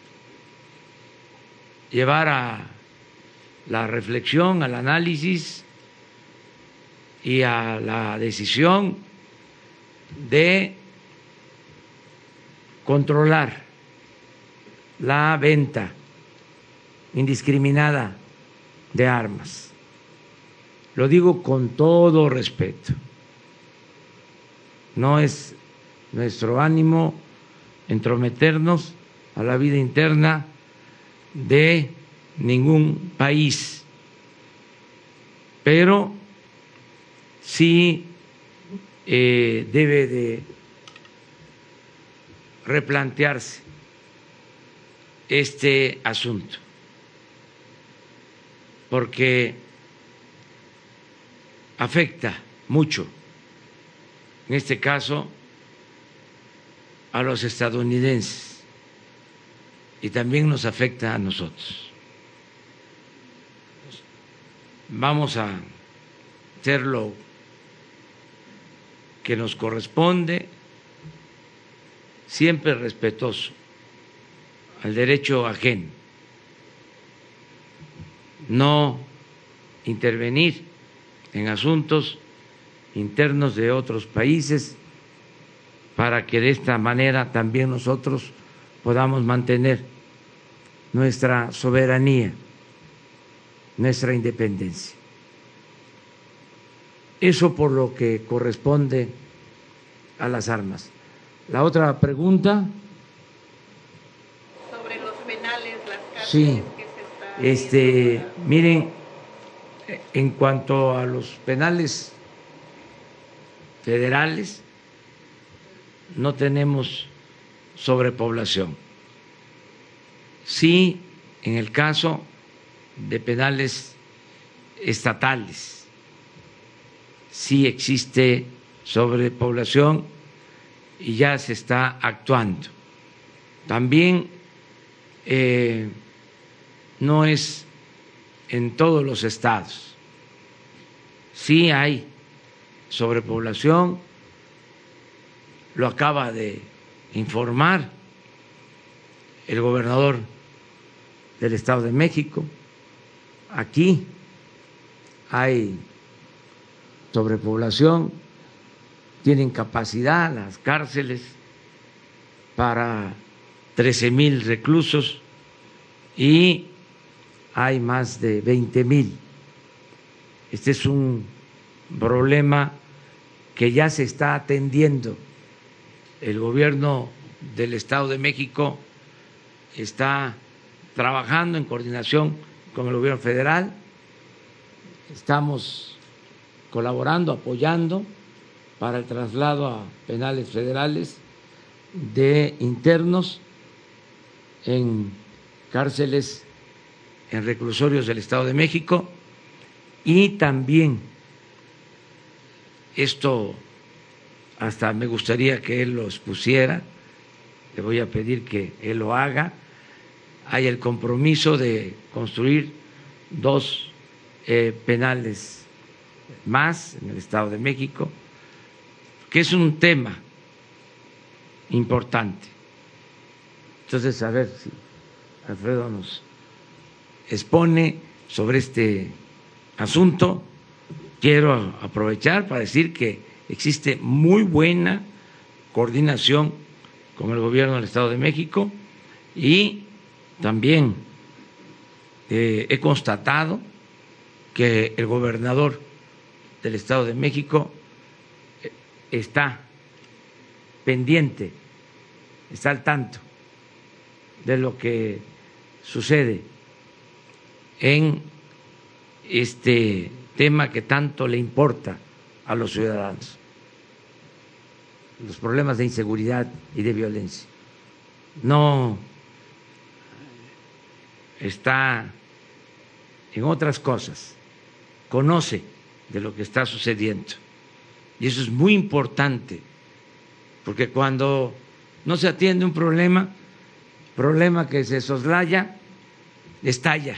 llevar a la reflexión, al análisis y a la decisión de controlar la venta indiscriminada de armas. Lo digo con todo respeto. No es nuestro ánimo entrometernos a la vida interna de ningún país, pero sí eh, debe de replantearse este asunto, porque afecta mucho, en este caso, a los estadounidenses y también nos afecta a nosotros. Vamos a hacer lo que nos corresponde, siempre respetuoso al derecho ajeno, no intervenir en asuntos internos de otros países para que de esta manera también nosotros podamos mantener nuestra soberanía, nuestra independencia. Eso por lo que corresponde a las armas. La otra pregunta. Sobre los penales, las cárceles sí, que se están este, para... miren, en cuanto a los penales federales, no tenemos sobrepoblación. Sí, en el caso de penales estatales, sí existe sobrepoblación y ya se está actuando. También eh, no es en todos los estados. Sí hay sobrepoblación, lo acaba de informar el gobernador del Estado de México. Aquí hay sobrepoblación, tienen capacidad las cárceles para trece mil reclusos y hay más de veinte mil. Este es un problema que ya se está atendiendo. El gobierno del Estado de México está trabajando en coordinación con el gobierno federal, estamos colaborando, apoyando para el traslado a penales federales de internos en cárceles, en reclusorios del Estado de México, y también esto hasta me gustaría que él lo expusiera, le voy a pedir que él lo haga. Hay el compromiso de construir dos eh, penales más en el Estado de México, que es un tema importante. Entonces, a ver si Alfredo nos expone sobre este asunto. Quiero aprovechar para decir que existe muy buena coordinación con el gobierno del Estado de México y también eh, he constatado que el gobernador del Estado de México está pendiente, está al tanto de lo que sucede en este tema que tanto le importa a los ciudadanos, los problemas de inseguridad y de violencia. No está en otras cosas, conoce de lo que está sucediendo. Y eso es muy importante, porque cuando no se atiende un problema, problema que se soslaya, estalla.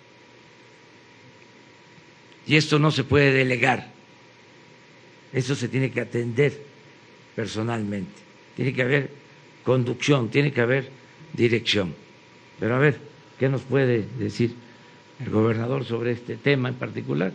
Y esto no se puede delegar, eso se tiene que atender personalmente, tiene que haber conducción, tiene que haber dirección. Pero a ver, ¿qué nos puede decir el gobernador sobre este tema en particular?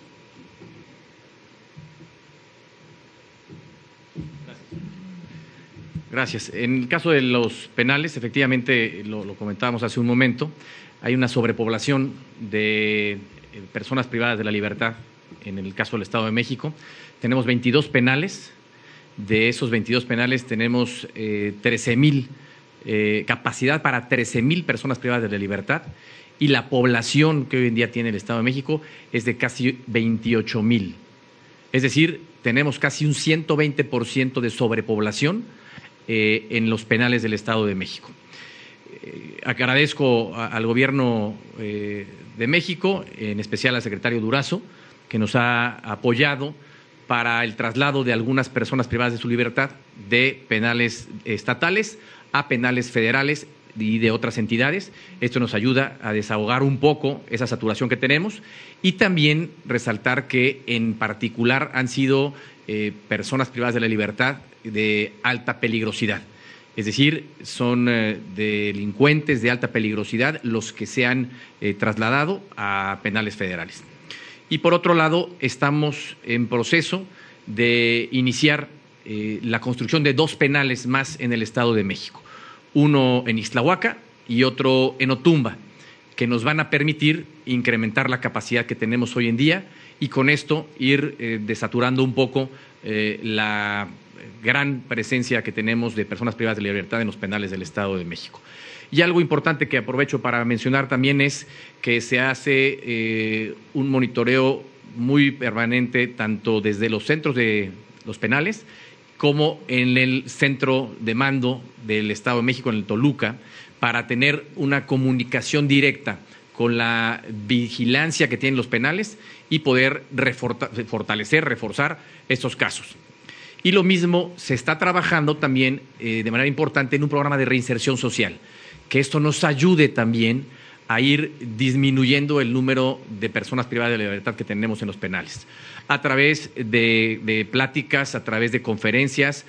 Gracias. En el caso de los penales, efectivamente, lo, lo comentábamos hace un momento, hay una sobrepoblación de personas privadas de la libertad en el caso del Estado de México. Tenemos veintidós penales, de esos veintidós penales tenemos eh, trece mil, eh, capacidad para trece mil personas privadas de la libertad, y la población que hoy en día tiene el Estado de México es de casi veintiocho mil. Es decir, tenemos casi un ciento veinte por ciento de sobrepoblación eh, en los penales del Estado de México. Eh, agradezco a, al Gobierno eh, de México, en especial al secretario Durazo, que nos ha apoyado para el traslado de algunas personas privadas de su libertad de penales estatales a penales federales y de otras entidades. Esto nos ayuda a desahogar un poco esa saturación que tenemos y también resaltar que en particular han sido eh, personas privadas de la libertad de alta peligrosidad. Es decir, son eh, delincuentes de alta peligrosidad los que se han eh, trasladado a penales federales. Y por otro lado, estamos en proceso de iniciar eh, la construcción de dos penales más en el Estado de México, uno en Ixtlahuaca y otro en Otumba, que nos van a permitir incrementar la capacidad que tenemos hoy en día y con esto ir eh, desaturando un poco eh, la gran presencia que tenemos de personas privadas de la libertad en los penales del Estado de México. Y algo importante que aprovecho para mencionar también es que se hace eh, un monitoreo muy permanente tanto desde los centros de los penales como en el centro de mando del Estado de México, en el Toluca, para tener una comunicación directa con la vigilancia que tienen los penales y poder fortalecer, reforzar estos casos. Y lo mismo se está trabajando también eh, de manera importante en un programa de reinserción social, que esto nos ayude también a ir disminuyendo el número de personas privadas de la libertad que tenemos en los penales, a través de, de pláticas, a través de conferencias,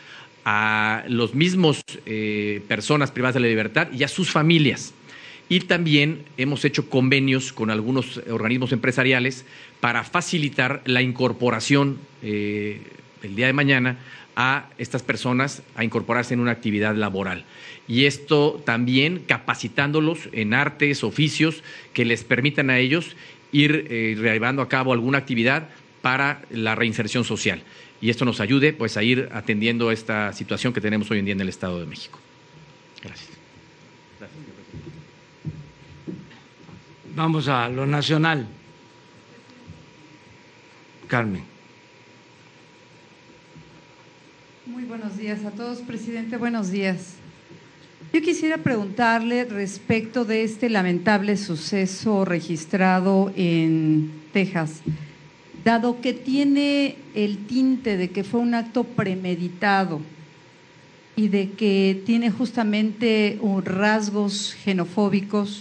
a los mismos eh, personas privadas de la libertad y a sus familias. Y también hemos hecho convenios con algunos organismos empresariales para facilitar la incorporación eh, el día de mañana a estas personas a incorporarse en una actividad laboral. Y esto también capacitándolos en artes, oficios que les permitan a ellos ir eh, llevando a cabo alguna actividad para la reinserción social. Y esto nos ayude pues a ir atendiendo esta situación que tenemos hoy en día en el Estado de México. Gracias. Gracias. Vamos a lo nacional. Carmen. Muy buenos buenos días a todos. Presidente, buenos días. Yo quisiera preguntarle respecto de este lamentable suceso registrado en Texas, dado que tiene el tinte de que fue un acto premeditado y de que tiene justamente un rasgos xenofóbicos,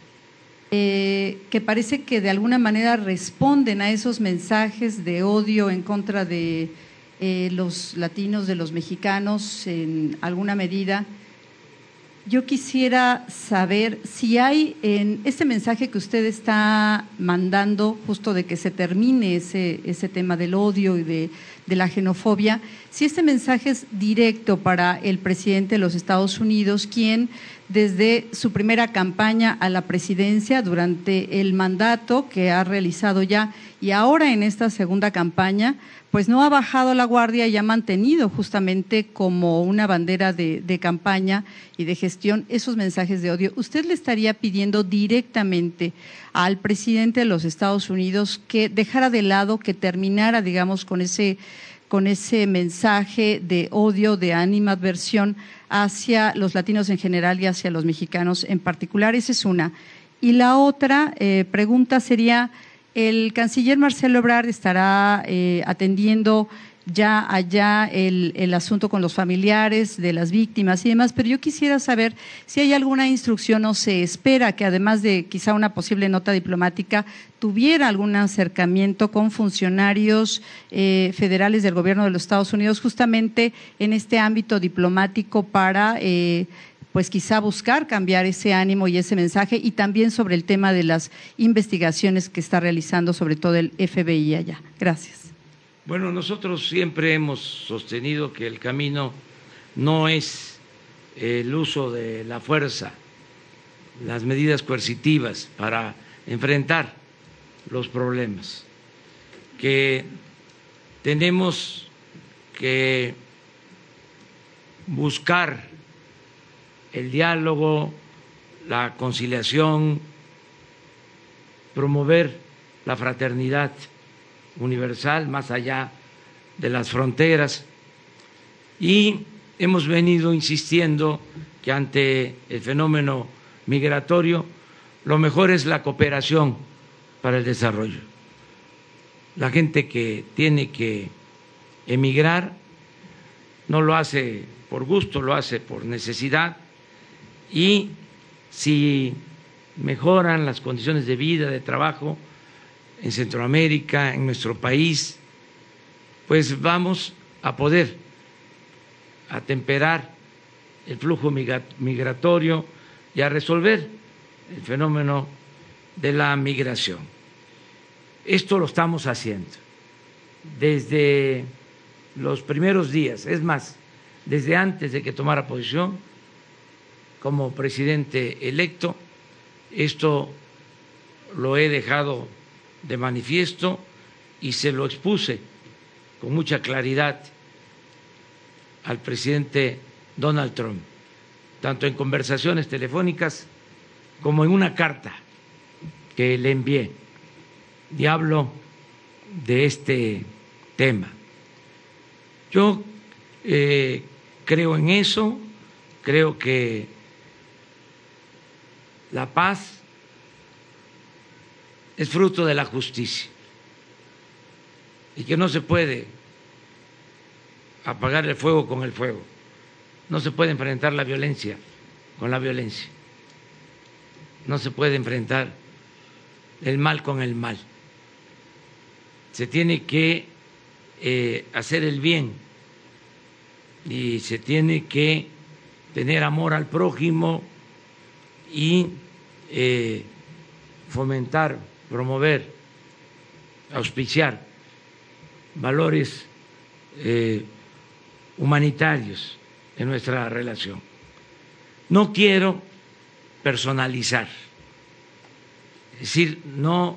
eh, que parece que de alguna manera responden a esos mensajes de odio en contra de eh, los latinos, de los mexicanos en alguna medida. Yo quisiera saber si hay en este mensaje que usted está mandando, justo de que se termine ese, ese tema del odio y de, de la xenofobia, si este mensaje es directo para el presidente de los Estados Unidos, quien desde su primera campaña a la presidencia, durante el mandato que ha realizado ya y ahora en esta segunda campaña, pues no ha bajado la guardia y ha mantenido justamente como una bandera de, de campaña y de gestión esos mensajes de odio. ¿Usted le estaría pidiendo directamente al presidente de los Estados Unidos que dejara de lado, que terminara, digamos, con ese, con ese mensaje de odio, de animadversión hacia los latinos en general y hacia los mexicanos en particular? Esa es una. Y la otra eh, pregunta sería… El canciller Marcelo Ebrard estará eh, atendiendo ya allá el, el asunto con los familiares de las víctimas y demás, pero yo quisiera saber si hay alguna instrucción o se espera que, además de quizá una posible nota diplomática, tuviera algún acercamiento con funcionarios eh, federales del gobierno de los Estados Unidos justamente en este ámbito diplomático para… Eh, pues quizá buscar cambiar ese ánimo y ese mensaje, y también sobre el tema de las investigaciones que está realizando sobre todo el F B I allá. Gracias. Bueno, nosotros siempre hemos sostenido que el camino no es el uso de la fuerza, las medidas coercitivas para enfrentar los problemas, que tenemos que buscar el diálogo, la conciliación, promover la fraternidad universal más allá de las fronteras. Y hemos venido insistiendo que ante el fenómeno migratorio lo mejor es la cooperación para el desarrollo. La gente que tiene que emigrar no lo hace por gusto, lo hace por necesidad. Y si mejoran las condiciones de vida, de trabajo en Centroamérica, en nuestro país, pues vamos a poder atemperar el flujo migratorio y a resolver el fenómeno de la migración. Esto lo estamos haciendo desde los primeros días, es más, desde antes de que tomara posición como presidente electo. Esto lo he dejado de manifiesto y se lo expuse con mucha claridad al presidente Donald Trump, tanto en conversaciones telefónicas como en una carta que le envié, y hablo de este tema. Yo eh, creo en eso, creo que la paz es fruto de la justicia y que no se puede apagar el fuego con el fuego, no se puede enfrentar la violencia con la violencia, no se puede enfrentar el mal con el mal. Se tiene que eh, hacer el bien y se tiene que tener amor al prójimo y eh, fomentar, promover, auspiciar valores eh, humanitarios en nuestra relación. No quiero personalizar, es decir, no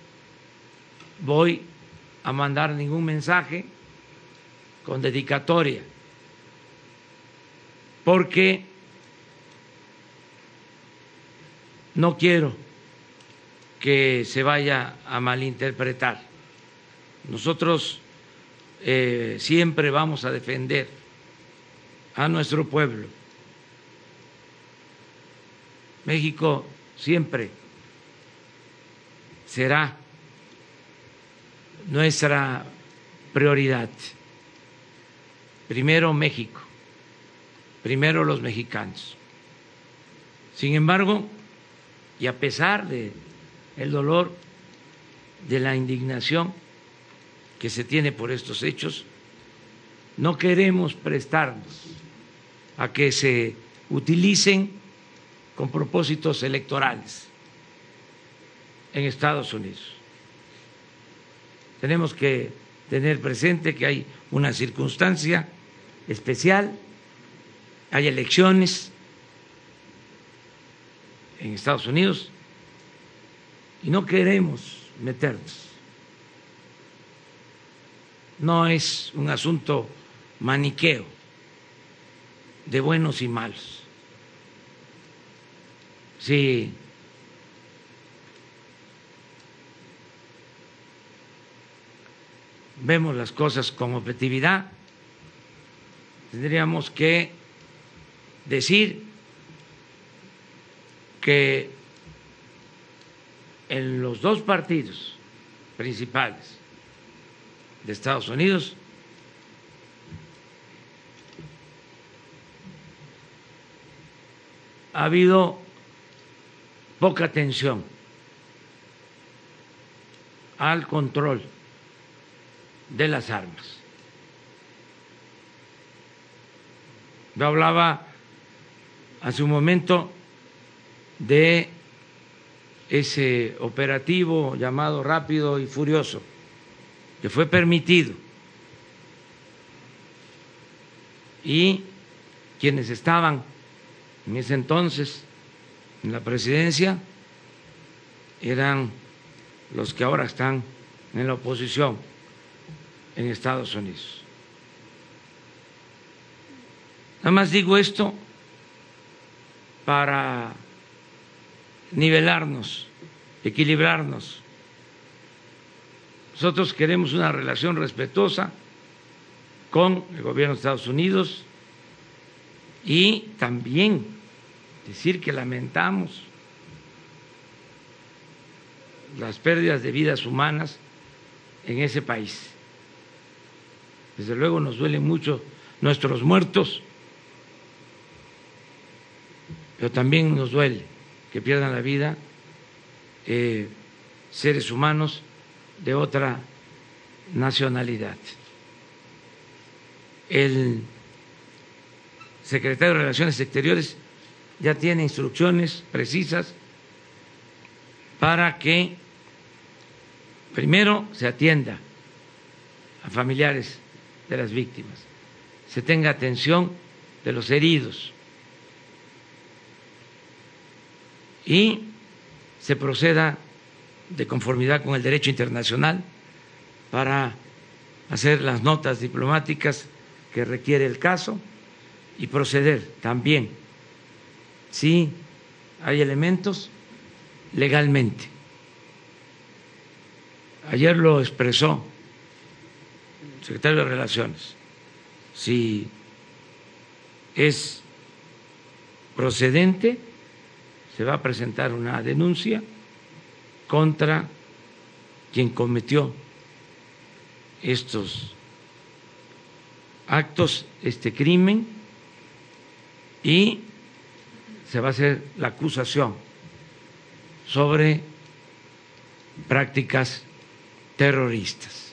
voy a mandar ningún mensaje con dedicatoria, porque no quiero que se vaya a malinterpretar. Nosotros eh, siempre vamos a defender a nuestro pueblo. México siempre será nuestra prioridad. Primero México, primero los mexicanos. Sin embargo, y a pesar de el dolor, de la indignación que se tiene por estos hechos, no queremos prestarnos a que se utilicen con propósitos electorales en Estados Unidos. Tenemos que tener presente que hay una circunstancia especial, hay elecciones en Estados Unidos y no queremos meternos. No es un asunto maniqueo de buenos y malos. Si vemos las cosas con objetividad, tendríamos que decir que en los dos partidos principales de Estados Unidos ha habido poca atención al control de las armas. Yo hablaba hace un momento de ese operativo llamado Rápido y Furioso, que fue permitido, y quienes estaban en ese entonces en la presidencia eran los que ahora están en la oposición en Estados Unidos. Nada más digo esto para nivelarnos, equilibrarnos. Nosotros queremos una relación respetuosa con el gobierno de Estados Unidos y también decir que lamentamos las pérdidas de vidas humanas en ese país. Desde luego nos duelen mucho nuestros muertos, pero también nos duele que pierdan la vida eh, seres humanos de otra nacionalidad. El secretario de Relaciones Exteriores ya tiene instrucciones precisas para que primero se atienda a familiares de las víctimas, se tenga atención de los heridos y se proceda de conformidad con el derecho internacional para hacer las notas diplomáticas que requiere el caso y proceder también, si hay elementos, legalmente. Ayer lo expresó el secretario de Relaciones, si es procedente, se va a presentar una denuncia contra quien cometió estos actos, este crimen, y se va a hacer la acusación sobre prácticas terroristas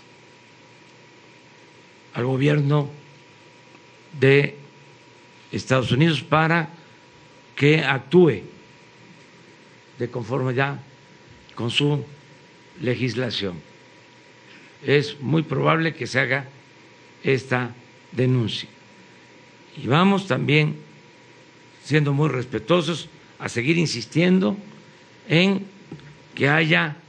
al gobierno de Estados Unidos para que actúe de conformidad con su legislación. Es muy probable que se haga esta denuncia. Y vamos también, siendo muy respetuosos, a seguir insistiendo en que haya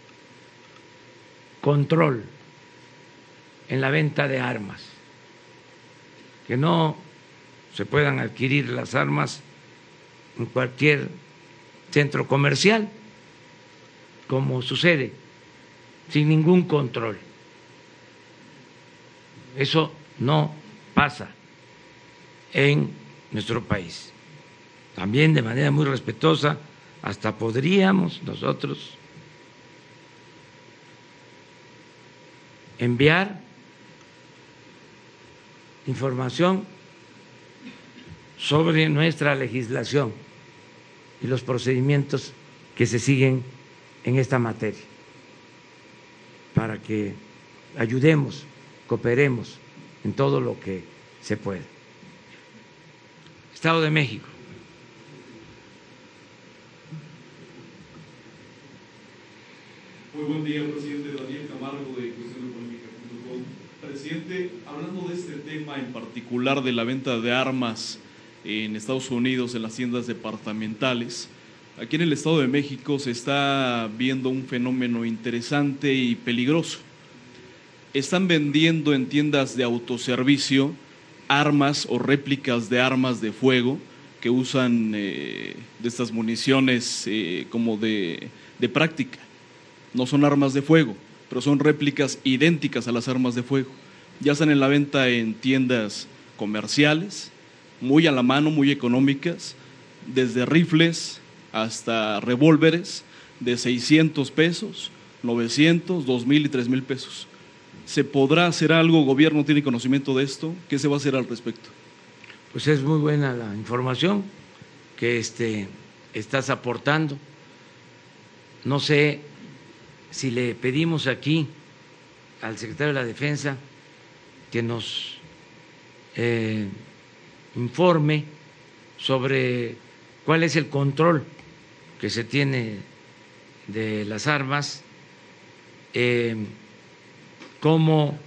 control en la venta de armas, que no se puedan adquirir las armas en cualquier centro comercial, como sucede, sin ningún control. Eso no pasa en nuestro país. También de manera muy respetuosa, hasta podríamos nosotros enviar información sobre nuestra legislación y los procedimientos que se siguen en esta materia, para que ayudemos, cooperemos en todo lo que se pueda. Estado de México. Muy buen día, presidente. Daniel Camargo, de cuestión económica punto com. Presidente, hablando de este tema en particular de la venta de armas en Estados Unidos, en las tiendas departamentales, aquí en el Estado de México se está viendo un fenómeno interesante y peligroso. Están vendiendo en tiendas de autoservicio armas o réplicas de armas de fuego que usan eh, de estas municiones eh, como de, de práctica. No son armas de fuego, pero son réplicas idénticas a las armas de fuego. Ya están en la venta en tiendas comerciales, muy a la mano, muy económicas, desde rifles hasta revólveres de seiscientos pesos, novecientos, dos mil y tres mil pesos. ¿Se podrá hacer algo? ¿El gobierno tiene conocimiento de esto? ¿Qué se va a hacer al respecto? Pues es muy buena la información que este, estás aportando. No sé si le pedimos aquí al secretario de la Defensa que nos eh, informe sobre cuál es el control que se tiene de las armas, eh, cómo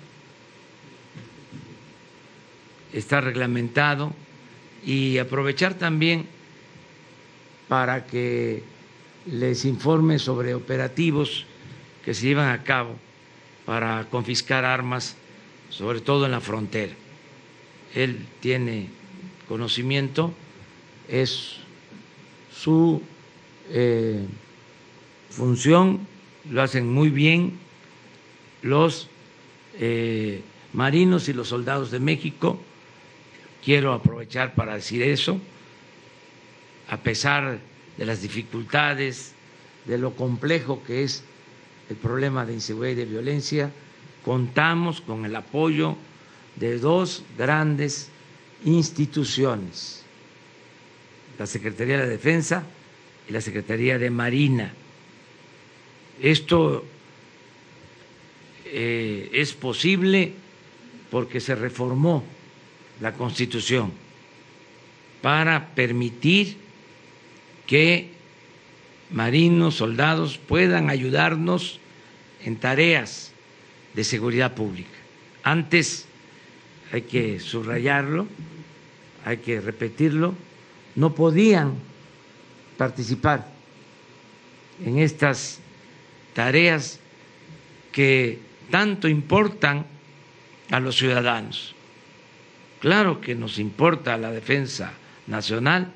está reglamentado, y aprovechar también para que les informe sobre operativos que se llevan a cabo para confiscar armas, sobre todo en la frontera. Él tiene conocimiento, es su eh, función, lo hacen muy bien los eh, marinos y los soldados de México. Quiero aprovechar para decir eso, a pesar de las dificultades, de lo complejo que es el problema de inseguridad y de violencia, contamos con el apoyo de dos grandes instituciones, la Secretaría de la Defensa y la Secretaría de Marina. Esto eh, es posible porque se reformó la Constitución para permitir que marinos, soldados puedan ayudarnos en tareas de seguridad pública. Antes, hay que subrayarlo, hay que repetirlo, no podían participar en estas tareas que tanto importan a los ciudadanos. Claro que nos importa la defensa nacional,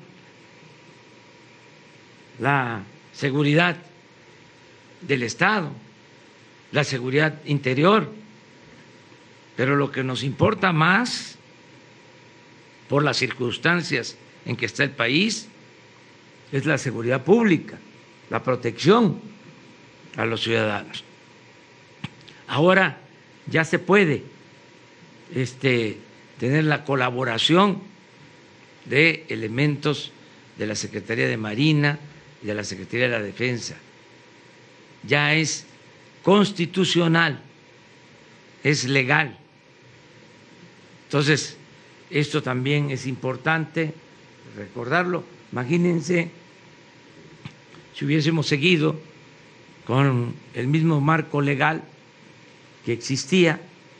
la seguridad del Estado, la seguridad interior, pero lo que nos importa más, por las circunstancias en que está el país, es la seguridad pública, la protección a los ciudadanos. Ahora ya se puede este, tener la colaboración de elementos de la Secretaría de Marina y de la Secretaría de la Defensa. Ya es constitucional, es legal. Entonces, esto también es importante recordarlo. Imagínense si hubiésemos seguido con el mismo marco legal que existía,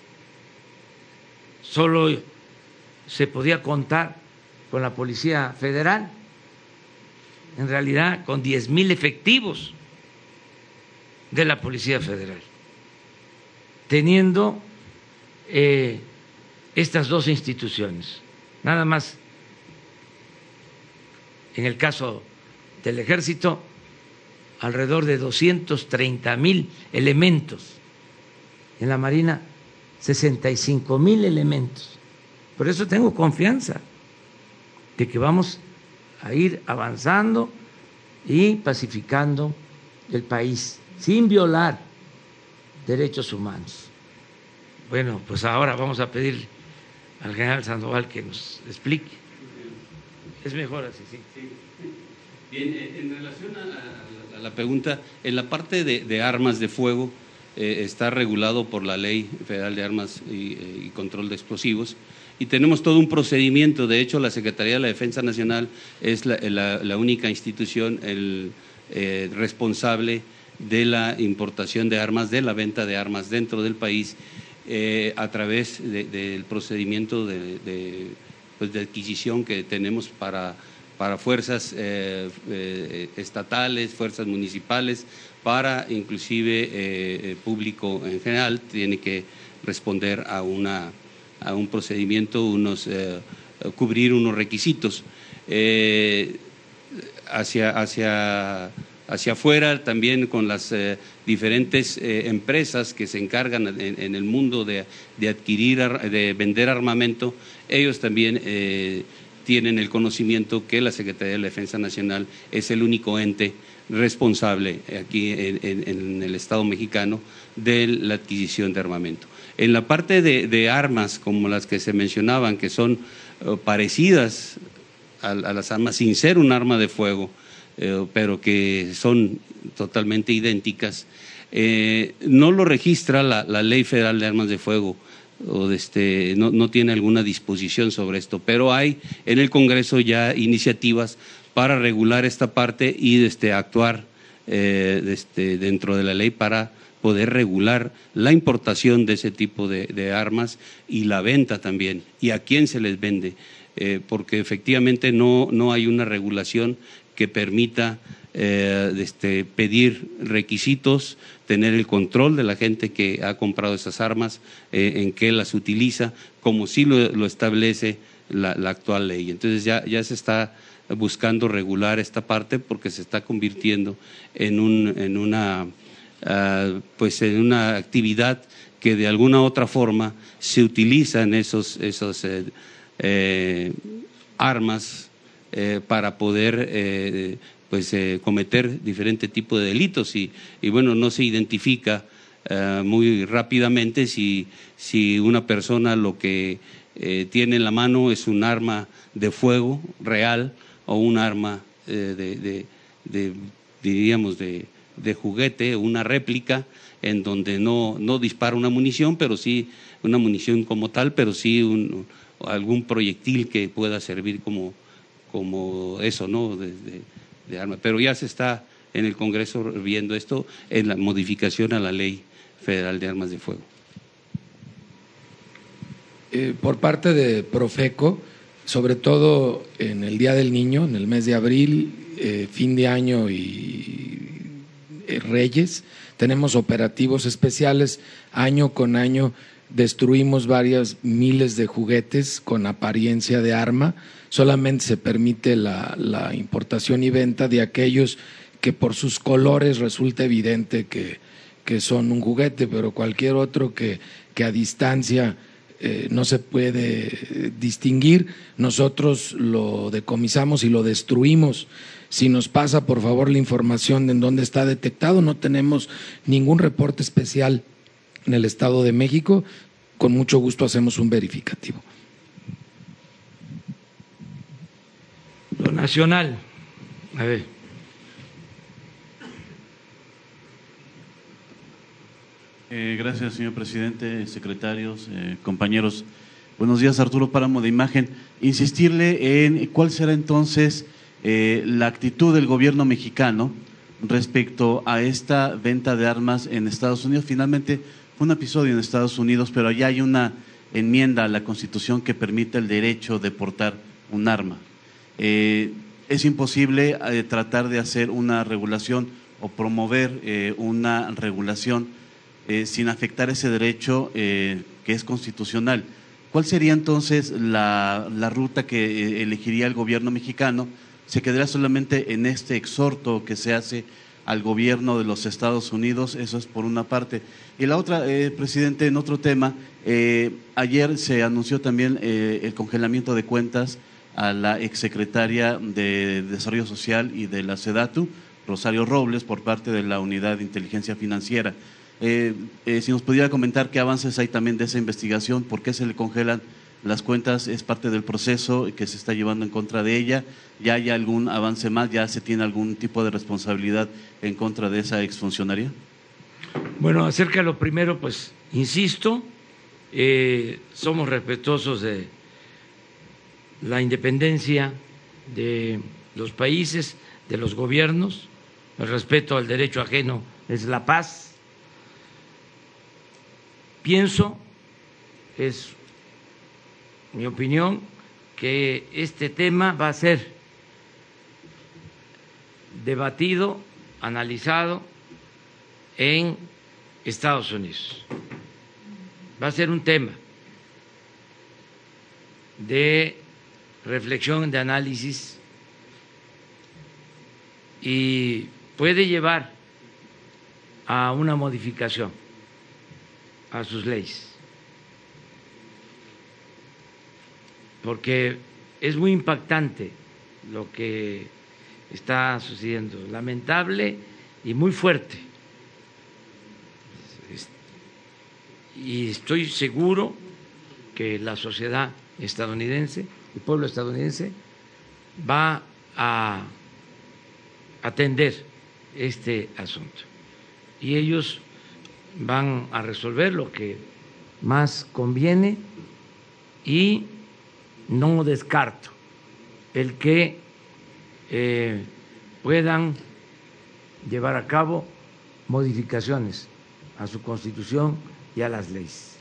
solo se podía contar con la Policía Federal, en realidad con diez mil efectivos de la Policía Federal, teniendo eh, estas dos instituciones. Nada más, en el caso del Ejército, alrededor de doscientos treinta mil elementos, en la Marina sesenta y cinco mil elementos. Por eso tengo confianza de que vamos a ir avanzando y pacificando el país sin violar derechos humanos. Bueno, pues ahora vamos a pedir al general Sandoval que nos explique. Es mejor así, sí. sí. Bien, en relación a, a, a la pregunta, en la parte de, de armas de fuego eh, está regulado por la Ley Federal de Armas y, y Control de Explosivos y tenemos todo un procedimiento. De hecho, la Secretaría de la Defensa Nacional es la, la, la única institución el, eh, responsable de la importación de armas, de la venta de armas dentro del país eh, a través de, del procedimiento de, de, pues de adquisición que tenemos para, para fuerzas eh, eh, estatales, fuerzas municipales, para inclusive eh, público en general, tiene que responder a, una, a un procedimiento, unos, eh, cubrir unos requisitos. Eh, hacia, hacia Hacia afuera también con las eh, diferentes eh, empresas que se encargan en, en el mundo de, de adquirir, de vender armamento, ellos también eh, tienen el conocimiento que la Secretaría de la Defensa Nacional es el único ente responsable aquí en, en, en el Estado mexicano de la adquisición de armamento. En la parte de, de armas, como las que se mencionaban, que son eh, parecidas a, a las armas, sin ser un arma de fuego, Eh, pero que son totalmente idénticas, eh, no lo registra la, la Ley Federal de Armas de Fuego, o de este, no, no tiene alguna disposición sobre esto, pero hay en el Congreso ya iniciativas para regular esta parte y de este, actuar eh, de este, dentro de la ley para poder regular la importación de ese tipo de, de armas y la venta también, y a quién se les vende, eh, porque efectivamente no, no hay una regulación que permita eh, este, pedir requisitos, tener el control de la gente que ha comprado esas armas, eh, en qué las utiliza, como sí lo, lo establece la, la actual ley. Entonces ya, ya se está buscando regular esta parte porque se está convirtiendo en, un, en, una, uh, pues en una actividad que de alguna otra forma se utilizan esos, esos eh, eh, armas Eh, para poder eh, pues, eh, cometer diferente tipo de delitos y, y bueno, no se identifica eh, muy rápidamente si, si una persona lo que eh, tiene en la mano es un arma de fuego real o un arma eh, de, de, de, diríamos, de, de juguete, una réplica en donde no, no dispara una munición, pero sí una munición como tal, pero sí un, algún proyectil que pueda servir como como eso, ¿no?, de, de, de armas. Pero ya se está en el Congreso viendo esto en la modificación a la Ley Federal de Armas de Fuego. Eh, por parte de Profeco, sobre todo en el Día del Niño, en el mes de abril, eh, fin de año y eh, Reyes, tenemos operativos especiales año con año. Destruimos varias miles de juguetes con apariencia de arma. Solamente se permite la, la importación y venta de aquellos que por sus colores resulta evidente que, que son un juguete, pero cualquier otro que, que a distancia eh, no se puede distinguir, nosotros lo decomisamos y lo destruimos. Si nos pasa, por favor, la información de en dónde está detectado. No tenemos ningún reporte especial en el Estado de México. Con mucho gusto hacemos un verificativo. Lo nacional, a ver. Eh, gracias, señor presidente, secretarios, eh, compañeros. Buenos días, Arturo Páramo de Imagen. Insistirle en cuál será entonces eh, la actitud del gobierno mexicano respecto a esta venta de armas en Estados Unidos. Finalmente fue un episodio en Estados Unidos, pero allá hay una enmienda a la Constitución que permite el derecho de portar un arma. Eh, es imposible eh, tratar de hacer una regulación o promover eh, una regulación eh, sin afectar ese derecho eh, que es constitucional. ¿Cuál sería entonces la, la ruta que eh, elegiría el gobierno mexicano? ¿Se quedará solamente en este exhorto que se hace al gobierno de los Estados Unidos? Eso es por una parte. Y la otra, eh, presidente, en otro tema, eh, ayer se anunció también eh, el congelamiento de cuentas a la exsecretaria de Desarrollo Social y de la SEDATU, Rosario Robles, por parte de la Unidad de Inteligencia Financiera. Eh, eh, si nos pudiera comentar qué avances hay también de esa investigación, por qué se le congelan las cuentas, es parte del proceso que se está llevando en contra de ella, ¿ya hay algún avance más, ya se tiene algún tipo de responsabilidad en contra de esa exfuncionaria? Bueno, acerca de lo primero, pues insisto, eh, somos respetuosos de la independencia de los países, de los gobiernos, el respeto al derecho ajeno es la paz. Pienso, es mi opinión, que este tema va a ser debatido, analizado en Estados Unidos. Va a ser un tema de reflexión, de análisis, y puede llevar a una modificación a sus leyes, porque es muy impactante lo que está sucediendo, lamentable y muy fuerte. Y estoy seguro que la sociedad estadounidense, el pueblo estadounidense, va a atender este asunto y ellos van a resolver lo que más conviene, y no descarto el que eh, puedan llevar a cabo modificaciones a su Constitución y a las leyes.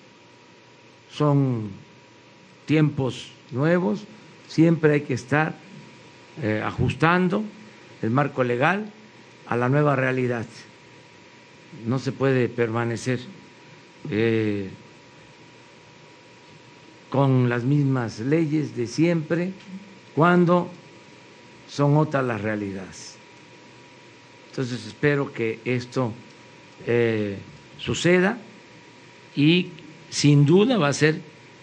Son tiempos nuevos, siempre hay que estar eh, ajustando el marco legal a la nueva realidad. No se puede permanecer eh, con las mismas leyes de siempre cuando son otras las realidades. Entonces espero que esto eh, suceda, y sin duda va a ser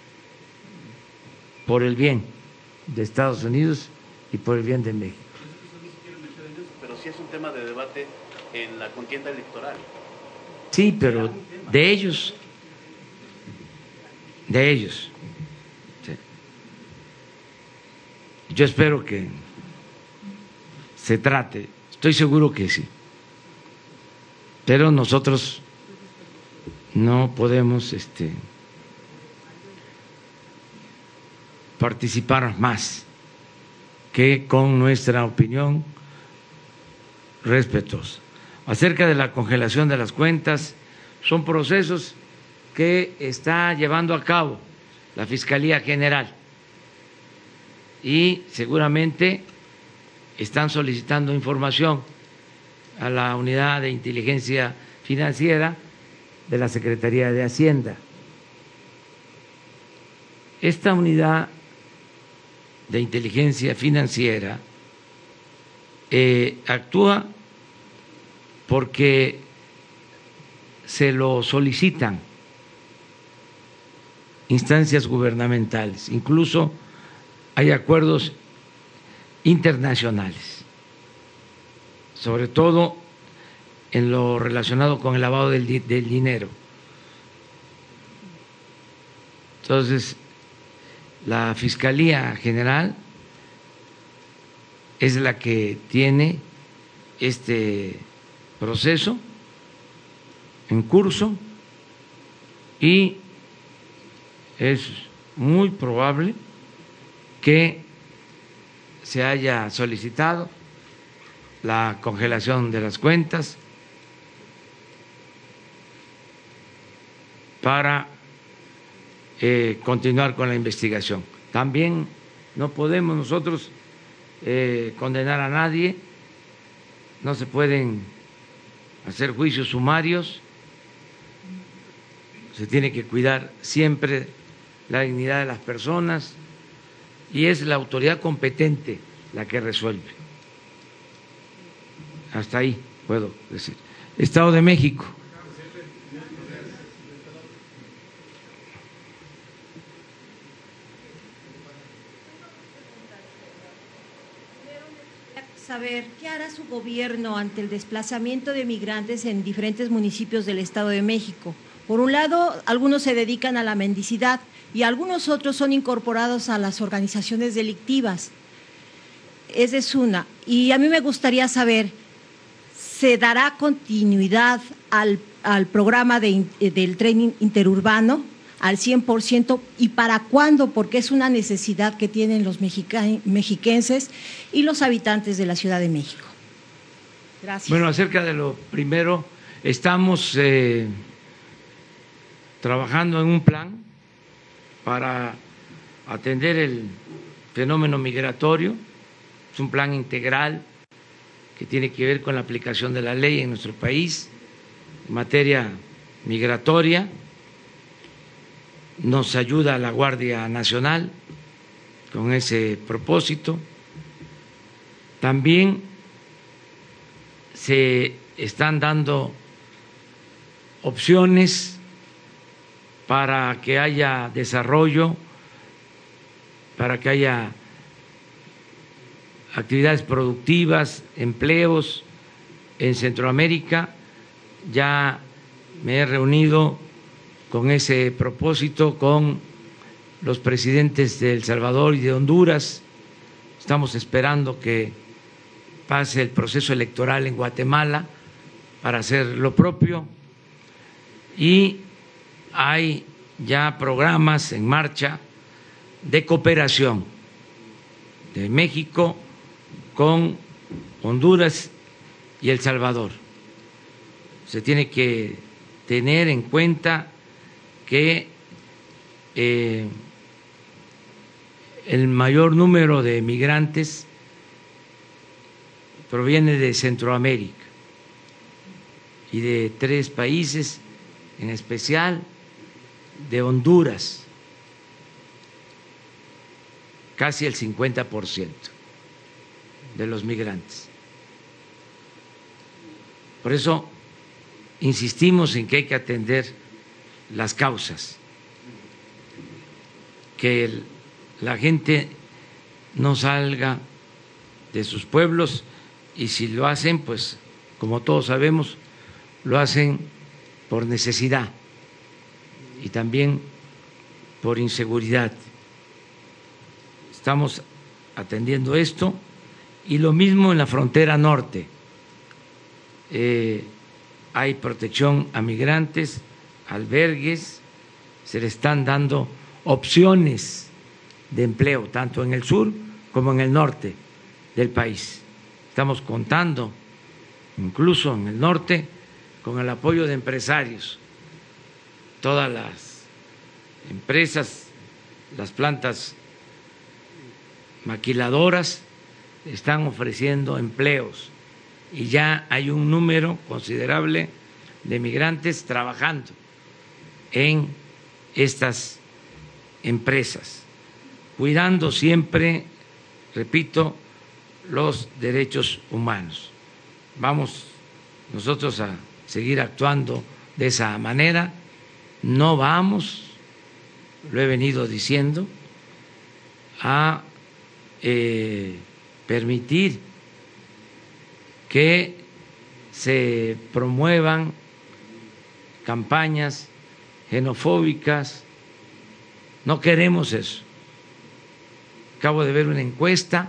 por el bien de Estados Unidos y por el bien de México. Pero sí es un tema de debate en la contienda electoral. Sí, pero de ellos, de ellos. Sí. Yo espero que se trate, estoy seguro que sí, pero nosotros no podemos este, participar más que con nuestra opinión respetuosa. Acerca de la congelación de las cuentas, son procesos que está llevando a cabo la Fiscalía General y seguramente están solicitando información a la Unidad de Inteligencia Financiera de la Secretaría de Hacienda. Esta unidad de inteligencia financiera eh, actúa porque se lo solicitan instancias gubernamentales, incluso hay acuerdos internacionales, sobre todo en lo relacionado con el lavado del, del dinero. Entonces, la Fiscalía General es la que tiene este proceso en curso y es muy probable que se haya solicitado la congelación de las cuentas para eh, continuar con la investigación. También no podemos nosotros eh, condenar a nadie, no se pueden hacer juicios sumarios, se tiene que cuidar siempre la dignidad de las personas y es la autoridad competente la que resuelve. Hasta ahí puedo decir. Estado de México. saber qué hará su gobierno ante el desplazamiento de migrantes en diferentes municipios del Estado de México. Por un lado, algunos se dedican a la mendicidad y algunos otros son incorporados a las organizaciones delictivas. Esa es una. Y a mí me gustaría saber, ¿se dará continuidad al, al programa de, del tren interurbano al cien por ciento y para cuándo? Porque es una necesidad que tienen los mexica, mexiquenses y los habitantes de la Ciudad de México. Gracias. Bueno, acerca de lo primero, estamos eh, trabajando en un plan para atender el fenómeno migratorio. Es un plan integral que tiene que ver con la aplicación de la ley en nuestro país en materia migratoria. Nos ayuda la Guardia Nacional con ese propósito. También se están dando opciones para que haya desarrollo, para que haya actividades productivas, empleos en Centroamérica. Ya me he reunido con ese propósito con los presidentes de El Salvador y de Honduras. Estamos esperando que pase el proceso electoral en Guatemala para hacer lo propio y hay ya programas en marcha de cooperación de México con Honduras y El Salvador. Se tiene que tener en cuenta que eh, el mayor número de migrantes proviene de Centroamérica y de tres países, en especial de Honduras, casi el cincuenta por ciento de los migrantes. Por eso insistimos en que hay que atender las causas, que el, la gente no salga de sus pueblos y si lo hacen, pues como todos sabemos, lo hacen por necesidad y también por inseguridad. Estamos atendiendo esto y lo mismo en la frontera norte. Eh, hay protección a migrantes, albergues, se le están dando opciones de empleo tanto en el sur como en el norte del país. Estamos contando incluso en el norte con el apoyo de empresarios. Todas las empresas, las plantas maquiladoras están ofreciendo empleos y ya hay un número considerable de migrantes trabajando en estas empresas, cuidando siempre, repito, los derechos humanos. Vamos nosotros a seguir actuando de esa manera, no vamos, lo he venido diciendo, a eh, permitir que se promuevan campañas xenofóbicas. No queremos eso. Acabo de ver una encuesta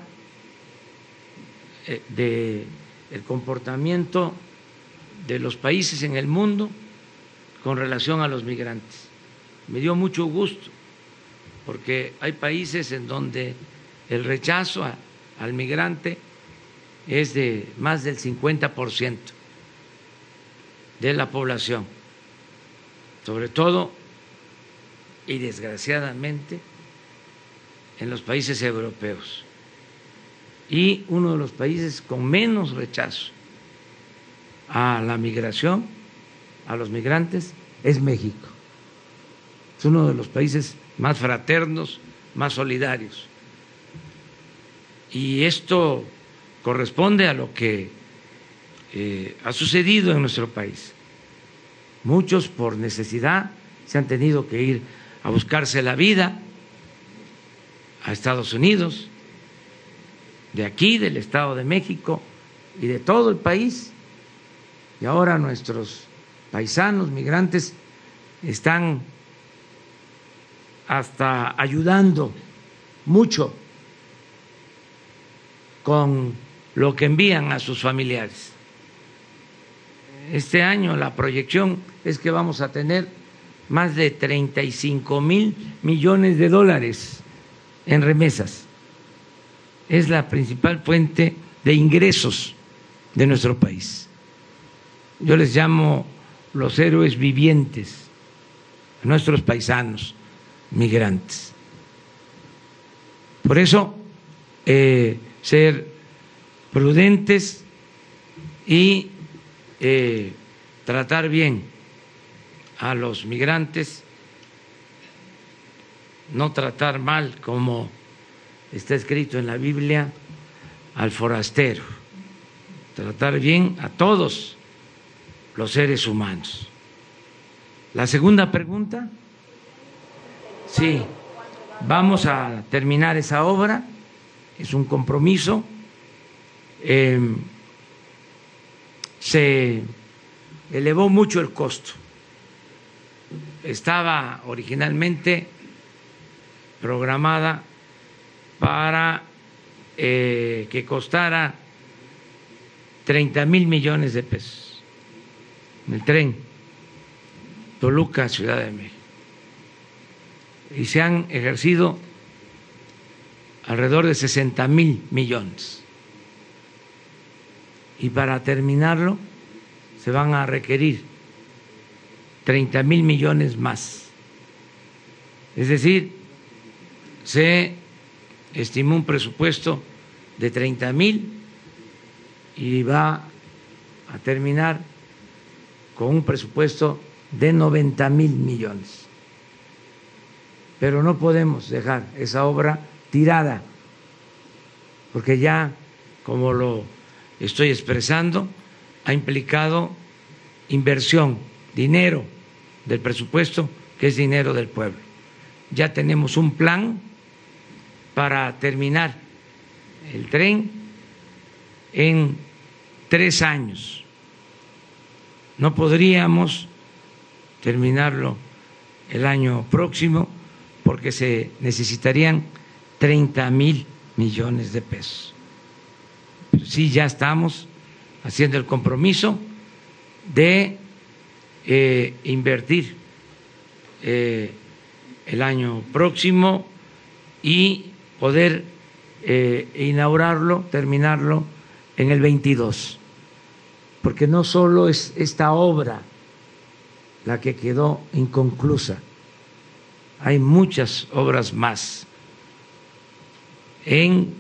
de el comportamiento de los países en el mundo con relación a los migrantes. Me dio mucho gusto porque hay países en donde el rechazo a, al migrante es de más del cincuenta por ciento de la población, sobre todo y desgraciadamente en los países europeos. Y uno de los países con menos rechazo a la migración, a los migrantes, es México. Es uno de los países más fraternos, más solidarios. Y esto corresponde a lo que eh, ha sucedido en nuestro país. Muchos por necesidad se han tenido que ir a buscarse la vida a Estados Unidos de aquí, del Estado de México y de todo el país. Y ahora nuestros paisanos migrantes están hasta ayudando mucho con lo que envían a sus familiares. Este año la proyección es que vamos a tener más de treinta y cinco mil millones de dólares en remesas. Es la principal fuente de ingresos de nuestro país. Yo les llamo los héroes vivientes, nuestros paisanos migrantes. Por eso, eh, ser prudentes y eh, tratar bien a los migrantes, no tratar mal, como está escrito en la Biblia, al forastero, tratar bien a todos los seres humanos. La segunda pregunta, sí, vamos a terminar esa obra, es un compromiso. Eh, se elevó mucho el costo. Estaba originalmente programada para eh, que costara treinta mil millones de pesos el tren Toluca, Ciudad de México, y se han ejercido alrededor de sesenta mil millones. Y para terminarlo se van a requerir treinta mil millones más. Es decir, se estimó un presupuesto de treinta mil y va a terminar con un presupuesto de noventa mil millones. Pero no podemos dejar esa obra tirada, porque ya, como lo estoy expresando, ha implicado inversión, dinero del presupuesto, que es dinero del pueblo. Ya tenemos un plan para terminar el tren en tres años. No podríamos terminarlo el año próximo porque se necesitarían treinta mil millones de pesos. Pero sí, ya estamos haciendo el compromiso de eh, invertir eh, el año próximo y poder eh, inaugurarlo, terminarlo en el veintidós, porque no solo es esta obra la que quedó inconclusa, hay muchas obras más en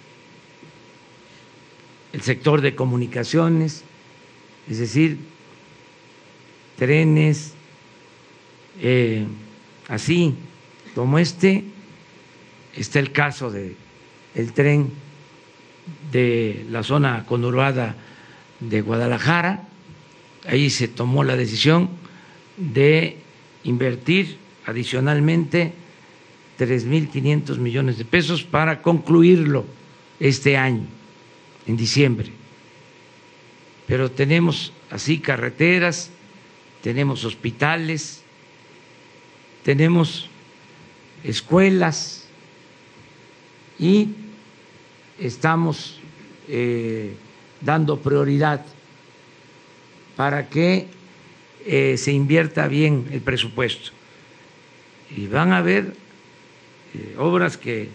el sector de comunicaciones, es decir, trenes, eh, así como este, está el caso de el tren de la zona conurbada de Guadalajara. Ahí se tomó la decisión de invertir adicionalmente tres mil quinientos millones de pesos para concluirlo este año, en diciembre. Pero tenemos así carreteras, tenemos hospitales, tenemos escuelas y estamos eh, dando prioridad para que eh, se invierta bien el presupuesto. Y van a haber eh, obras que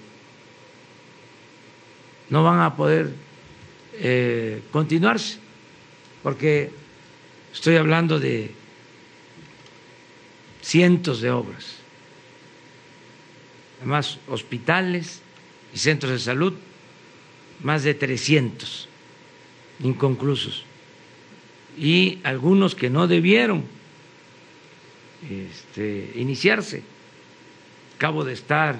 no van a poder eh, continuarse, porque estoy hablando de cientos de obras, además hospitales y centros de salud, más de trescientos inconclusos, y algunos que no debieron este, iniciarse. Acabo de estar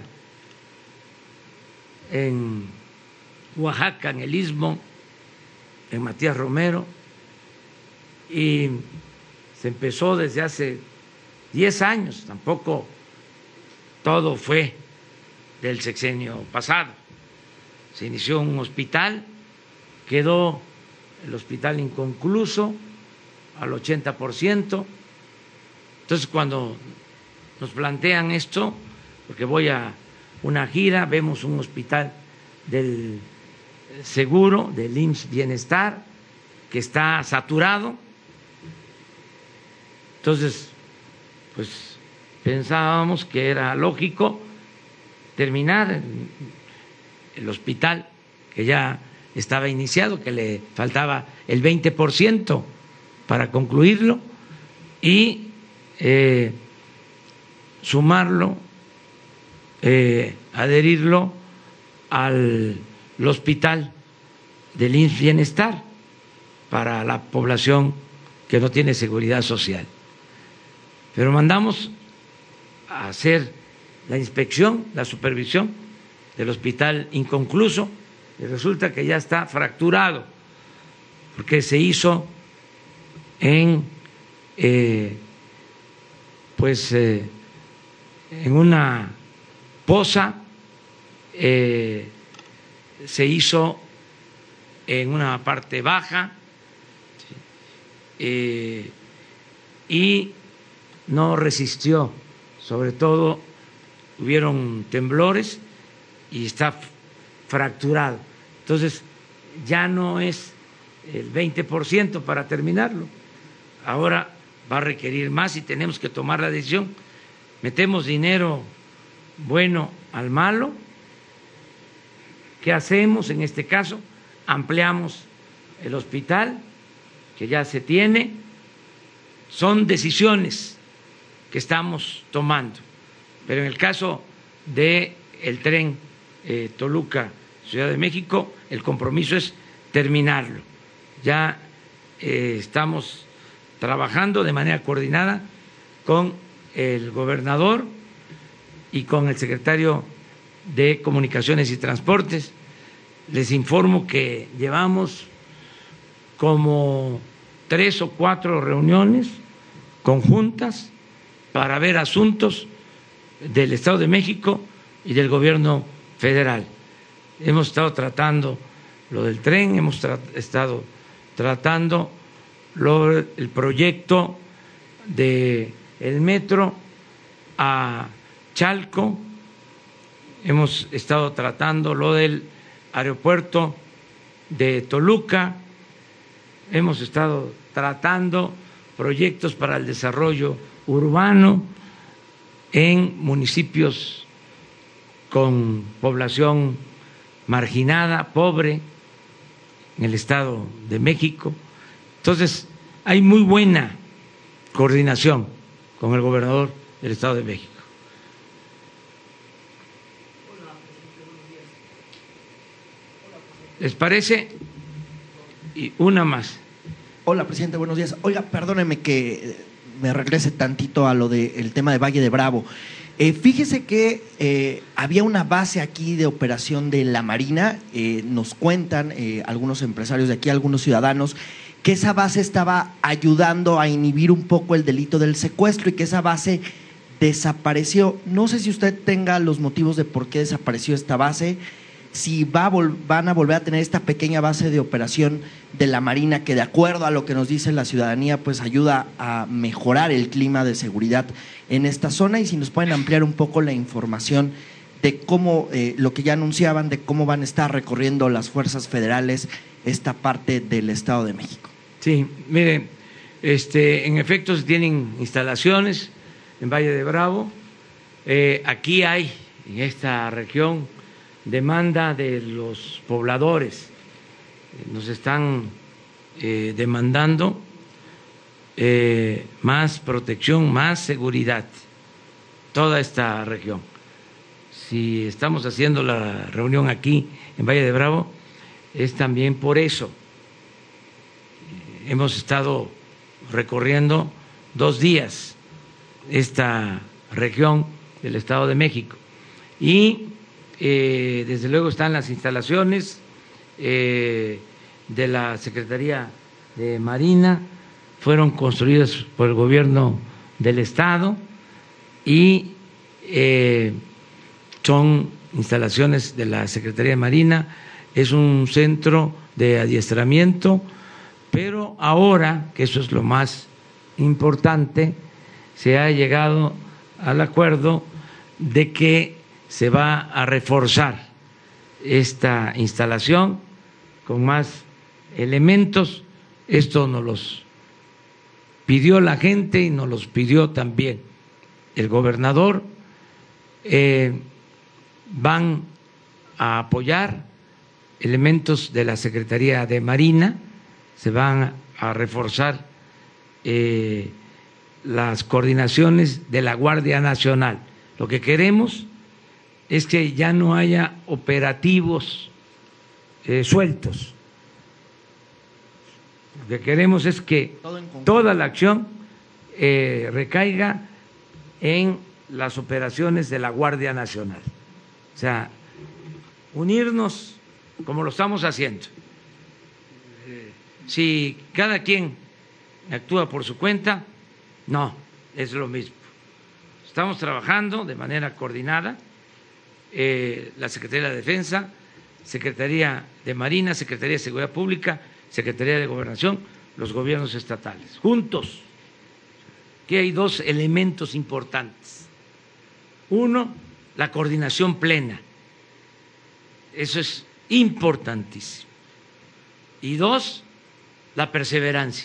en Oaxaca, en el Istmo, en Matías Romero, y se empezó desde hace diez años, tampoco todo fue del sexenio pasado, se inició un hospital, quedó el hospital inconcluso al ochenta por ciento. Entonces, cuando nos plantean esto, porque voy a una gira, vemos un hospital del seguro, del I M S S Bienestar, que está saturado. Entonces, pues pensábamos que era lógico terminar el hospital que ya estaba iniciado, que le faltaba el veinte por ciento para concluirlo, y eh, sumarlo, eh, adherirlo al el hospital del I M S S Bienestar para la población que no tiene seguridad social. Pero mandamos a hacer la inspección, la supervisión del hospital inconcluso, y resulta que ya está fracturado, porque se hizo en eh, pues eh, en una poza, eh, se hizo en una parte baja, eh, y no resistió, sobre todo hubieron temblores y está fracturado. Entonces ya no es el veinte por ciento para terminarlo, ahora va a requerir más y tenemos que tomar la decisión. Metemos dinero bueno al malo. ¿Qué hacemos en este caso? Ampliamos el hospital que ya se tiene. Son decisiones que estamos tomando, pero en el caso del tren eh, Toluca Ciudad de México, el compromiso es terminarlo. Ya eh, estamos trabajando de manera coordinada con el gobernador y con el secretario de Comunicaciones y Transportes. Les informo que llevamos como tres o cuatro reuniones conjuntas para ver asuntos del Estado de México y del gobierno federal. Hemos estado tratando lo del tren, hemos tra- estado tratando lo, el proyecto de el metro a Chalco, hemos estado tratando lo del aeropuerto de Toluca, hemos estado tratando proyectos para el desarrollo urbano en municipios con población marginada, pobre, en el Estado de México. Entonces, hay muy buena coordinación con el gobernador del Estado de México. ¿Les parece? Y una más. Hola, presidente, buenos días. Oiga, perdóneme que me regrese tantito a lo del tema de Valle de Bravo. Eh, fíjese que eh, había una base aquí de operación de la Marina, eh, nos cuentan eh, algunos empresarios de aquí, algunos ciudadanos, que esa base estaba ayudando a inhibir un poco el delito del secuestro y que esa base desapareció. No sé si usted tenga los motivos de por qué desapareció esta base, si va a van a volver a tener esta pequeña base de operación de la Marina que, de acuerdo a lo que nos dice la ciudadanía, pues ayuda a mejorar el clima de seguridad en esta zona, y si nos pueden ampliar un poco la información de cómo, eh, lo que ya anunciaban, de cómo van a estar recorriendo las fuerzas federales esta parte del Estado de México. Sí, mire, este, en efecto se tienen instalaciones en Valle de Bravo. Eh, aquí hay, en esta región, demanda de los pobladores, nos están eh, demandando eh, más protección, más seguridad, toda esta región. Si estamos haciendo la reunión aquí en Valle de Bravo, es también por eso. Hemos estado recorriendo dos días esta región del Estado de México y Eh, desde luego están las instalaciones eh, de la Secretaría de Marina, fueron construidas por el gobierno del Estado y eh, son instalaciones de la Secretaría de Marina, es un centro de adiestramiento, pero ahora, que eso es lo más importante, se ha llegado al acuerdo de que se va a reforzar esta instalación con más elementos. Esto nos los pidió la gente y nos los pidió también el gobernador. Eh, van a apoyar elementos de la Secretaría de Marina, se van a reforzar eh, las coordinaciones de la Guardia Nacional. Lo que queremos es que ya no haya operativos eh, sueltos. Lo que queremos es que toda la acción eh, recaiga en las operaciones de la Guardia Nacional. O sea, unirnos como lo estamos haciendo. Eh, si cada quien actúa por su cuenta, no, es lo mismo. Estamos trabajando de manera coordinada, eh, la Secretaría de Defensa, Secretaría de Marina, Secretaría de Seguridad Pública, Secretaría de Gobernación, los gobiernos estatales, juntos. Aquí hay dos elementos importantes. Uno, la coordinación plena. Eso es importantísimo. Y dos, la perseverancia.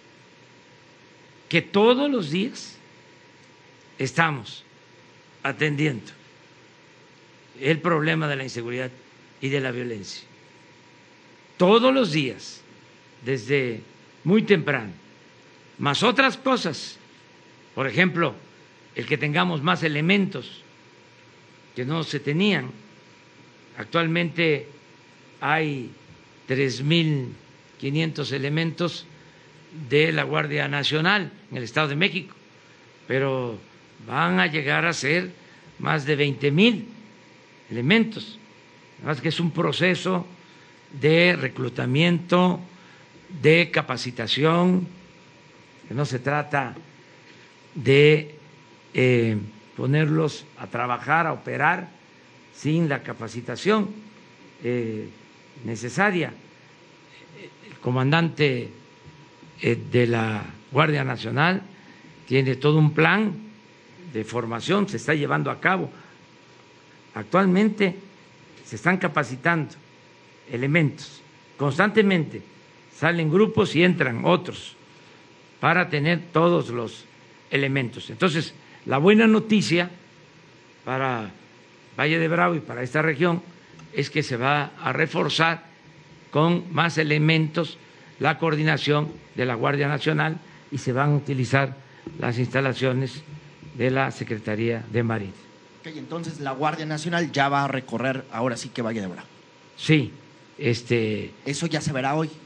Que todos los días estamos atendiendo el problema de la inseguridad y de la violencia. Todos los días, desde muy temprano, más otras cosas. Por ejemplo, el que tengamos más elementos que no se tenían. Actualmente hay tres mil quinientos elementos de la Guardia Nacional en el Estado de México, pero van a llegar a ser más de veinte mil elementos. Además que es un proceso de reclutamiento, de capacitación, que no se trata de eh, ponerlos a trabajar, a operar sin la capacitación eh, necesaria. El comandante eh, de la Guardia Nacional tiene todo un plan de formación, se está llevando a cabo. Actualmente se están capacitando elementos, constantemente salen grupos y entran otros para tener todos los elementos. Entonces, la buena noticia para Valle de Bravo y para esta región es que se va a reforzar con más elementos la coordinación de la Guardia Nacional y se van a utilizar las instalaciones de la Secretaría de Marina. Okay, entonces la Guardia Nacional ya va a recorrer ahora sí que Valle de Bravo. Sí, este. Eso ya se verá hoy.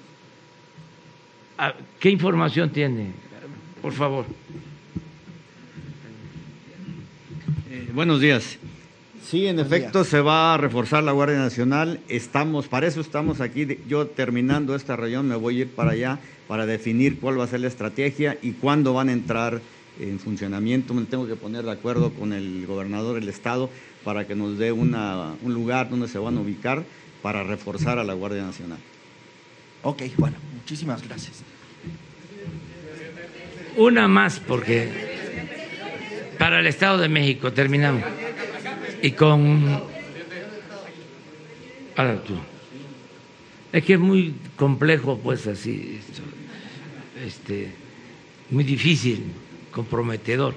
¿Qué información tiene? Por favor. Eh, buenos días. Sí, en efecto se va a reforzar la Guardia Nacional. Estamos, para eso estamos aquí. Yo terminando esta reunión me voy a ir para allá para definir cuál va a ser la estrategia y cuándo van a entrar en funcionamiento. Me tengo que poner de acuerdo con el gobernador del estado para que nos dé una, un lugar donde se van a ubicar para reforzar a la Guardia Nacional. Ok, bueno, muchísimas gracias. Una más, porque para el Estado de México terminamos. Y con... Ahora tú. Es que es muy complejo, pues así, esto, este, muy difícil, comprometedor.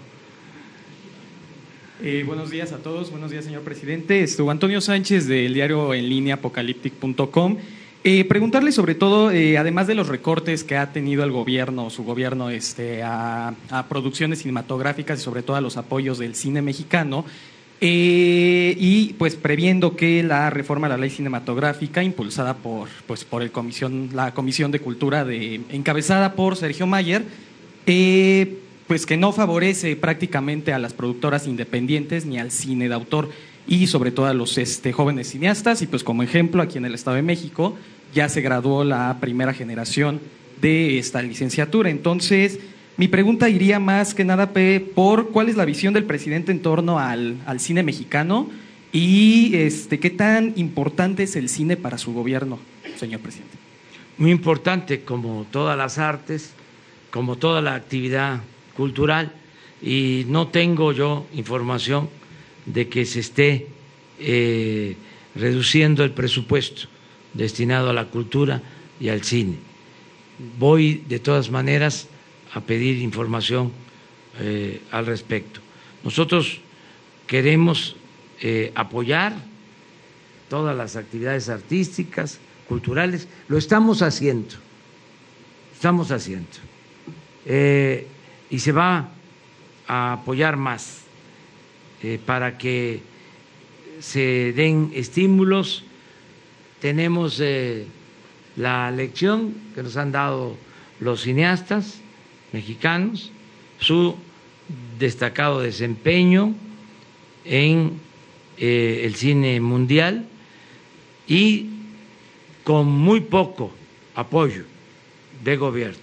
Eh, buenos días a todos, buenos días, señor presidente. Estuvo Antonio Sánchez del diario en línea apocalyptic punto com. Eh, preguntarle sobre todo, eh, además de los recortes que ha tenido el gobierno, su gobierno, este, a, a producciones cinematográficas y sobre todo a los apoyos del cine mexicano, eh, y pues previendo que la reforma a la ley cinematográfica impulsada por, pues, por el comisión, la Comisión de Cultura de, encabezada por Sergio Mayer, eh, pues que no favorece prácticamente a las productoras independientes ni al cine de autor y sobre todo a los este, jóvenes cineastas. Y pues como ejemplo, aquí en el Estado de México ya se graduó la primera generación de esta licenciatura. Entonces, mi pregunta iría más que nada por cuál es la visión del presidente en torno al, al cine mexicano Y este, ¿qué tan importante es el cine para su gobierno, señor presidente? Muy importante, como todas las artes, como toda la actividad cultural, y no tengo yo información de que se esté eh, reduciendo el presupuesto destinado a la cultura y al cine. Voy de todas maneras a pedir información eh, al respecto. Nosotros queremos eh, apoyar todas las actividades artísticas, culturales, lo estamos haciendo, estamos haciendo, eh, y se va a apoyar más eh, para que se den estímulos. Tenemos eh, la lección que nos han dado los cineastas mexicanos, su destacado desempeño en eh, el cine mundial y con muy poco apoyo de gobierno.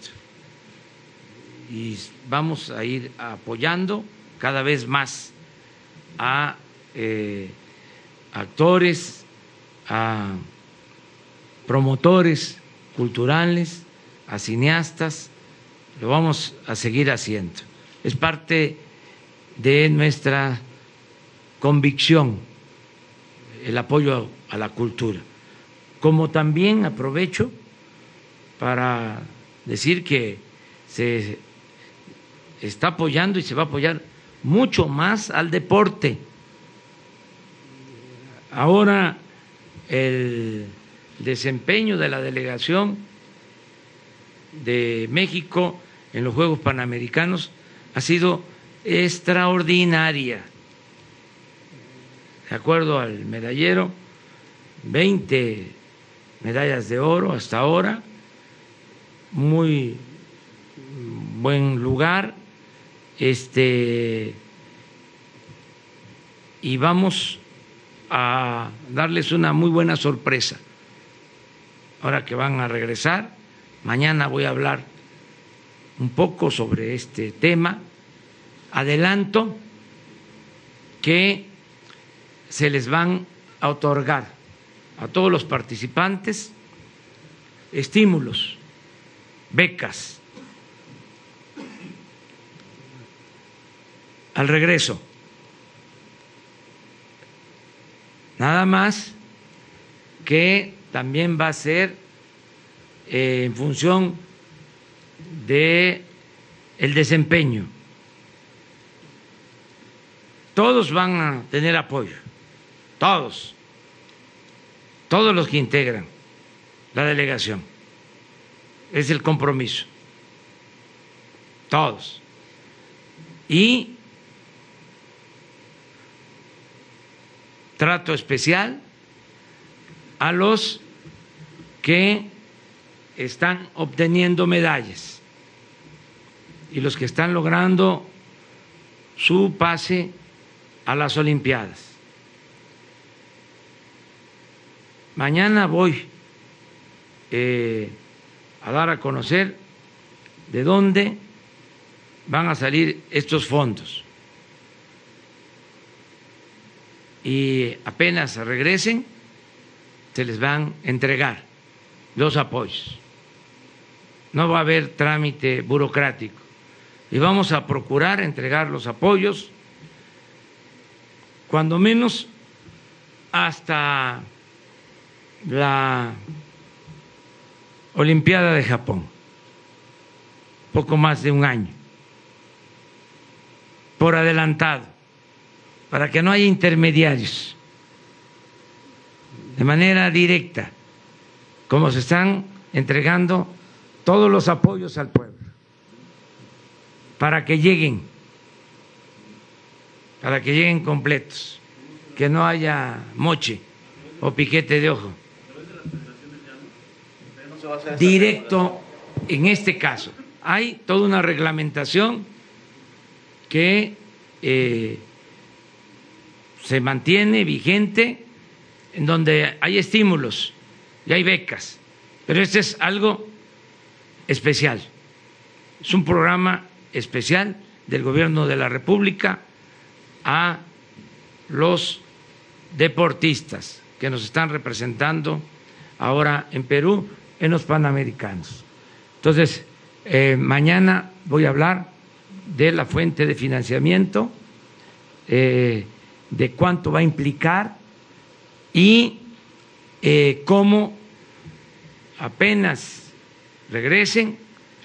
Y vamos a ir apoyando cada vez más a eh, actores, a promotores culturales, a cineastas, lo vamos a seguir haciendo. Es parte de nuestra convicción el apoyo a la cultura. Como también aprovecho para decir que se está apoyando y se va a apoyar mucho más al deporte. Ahora el desempeño de la delegación de México en los Juegos Panamericanos ha sido extraordinaria. De acuerdo al medallero, veinte medallas de oro hasta ahora, muy buen lugar, este, y vamos a darles una muy buena sorpresa. Ahora que van a regresar, mañana voy a hablar un poco sobre este tema. Adelanto que se les van a otorgar a todos los participantes estímulos, becas, al regreso. Nada más que también va a ser eh, en función de el desempeño. Todos van a tener apoyo, todos, todos los que integran la delegación. Es el compromiso, todos. Y trato especial a los que están obteniendo medallas y los que están logrando su pase a las Olimpiadas. Mañana voy eh, a dar a conocer de dónde van a salir estos fondos. Y apenas regresen, se les van a entregar los apoyos. No va a haber trámite burocrático. Y vamos a procurar entregar los apoyos, cuando menos hasta la Olimpiada de Japón, poco más de un año, por adelantado, para que no haya intermediarios, de manera directa, como se están entregando todos los apoyos al pueblo, para que lleguen, para que lleguen completos, que no haya moche o piquete de ojo. Directo en este caso. Hay toda una reglamentación que eh, se mantiene vigente, en donde hay estímulos y hay becas, pero este es algo especial, es un programa especial del Gobierno de la República a los deportistas que nos están representando ahora en Perú en los Panamericanos. Entonces, eh, mañana voy a hablar de la fuente de financiamiento, eh, de cuánto va a implicar y eh, cómo apenas regresen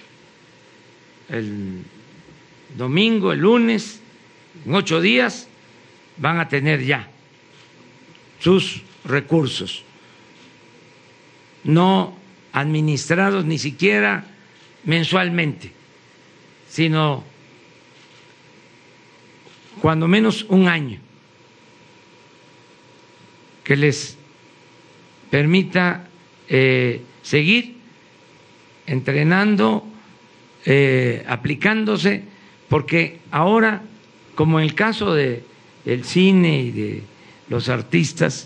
el domingo, el lunes, en ocho días, van a tener ya sus recursos, no administrados ni siquiera mensualmente, sino cuando menos un año, que les permita eh, seguir entrenando, eh, aplicándose, porque ahora, como en el caso de el cine y de los artistas,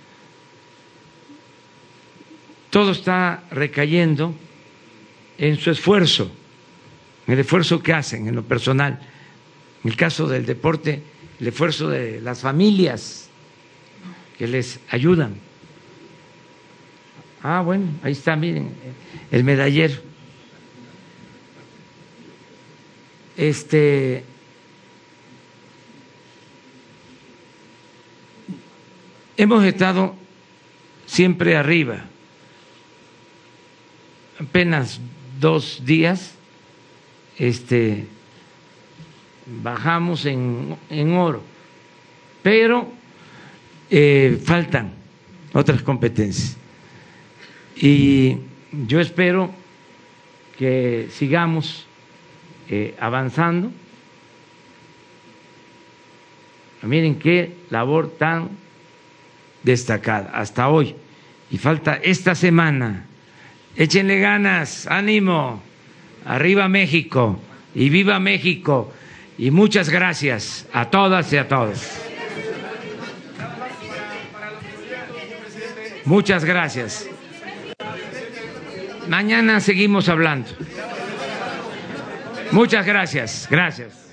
todo está recayendo en su esfuerzo, en el esfuerzo que hacen en lo personal. En el caso del deporte, el esfuerzo de las familias que les ayudan. Ah, bueno, ahí está, miren, el medallero. Este, hemos estado siempre arriba. Apenas dos días este, bajamos en, en oro, pero eh, faltan otras competencias. Y yo espero que sigamos eh, avanzando. Miren qué labor tan destacada hasta hoy. Y falta esta semana. Échenle ganas, ánimo, arriba México y viva México. Y muchas gracias a todas y a todos. Muchas gracias. Mañana seguimos hablando. Muchas gracias, gracias.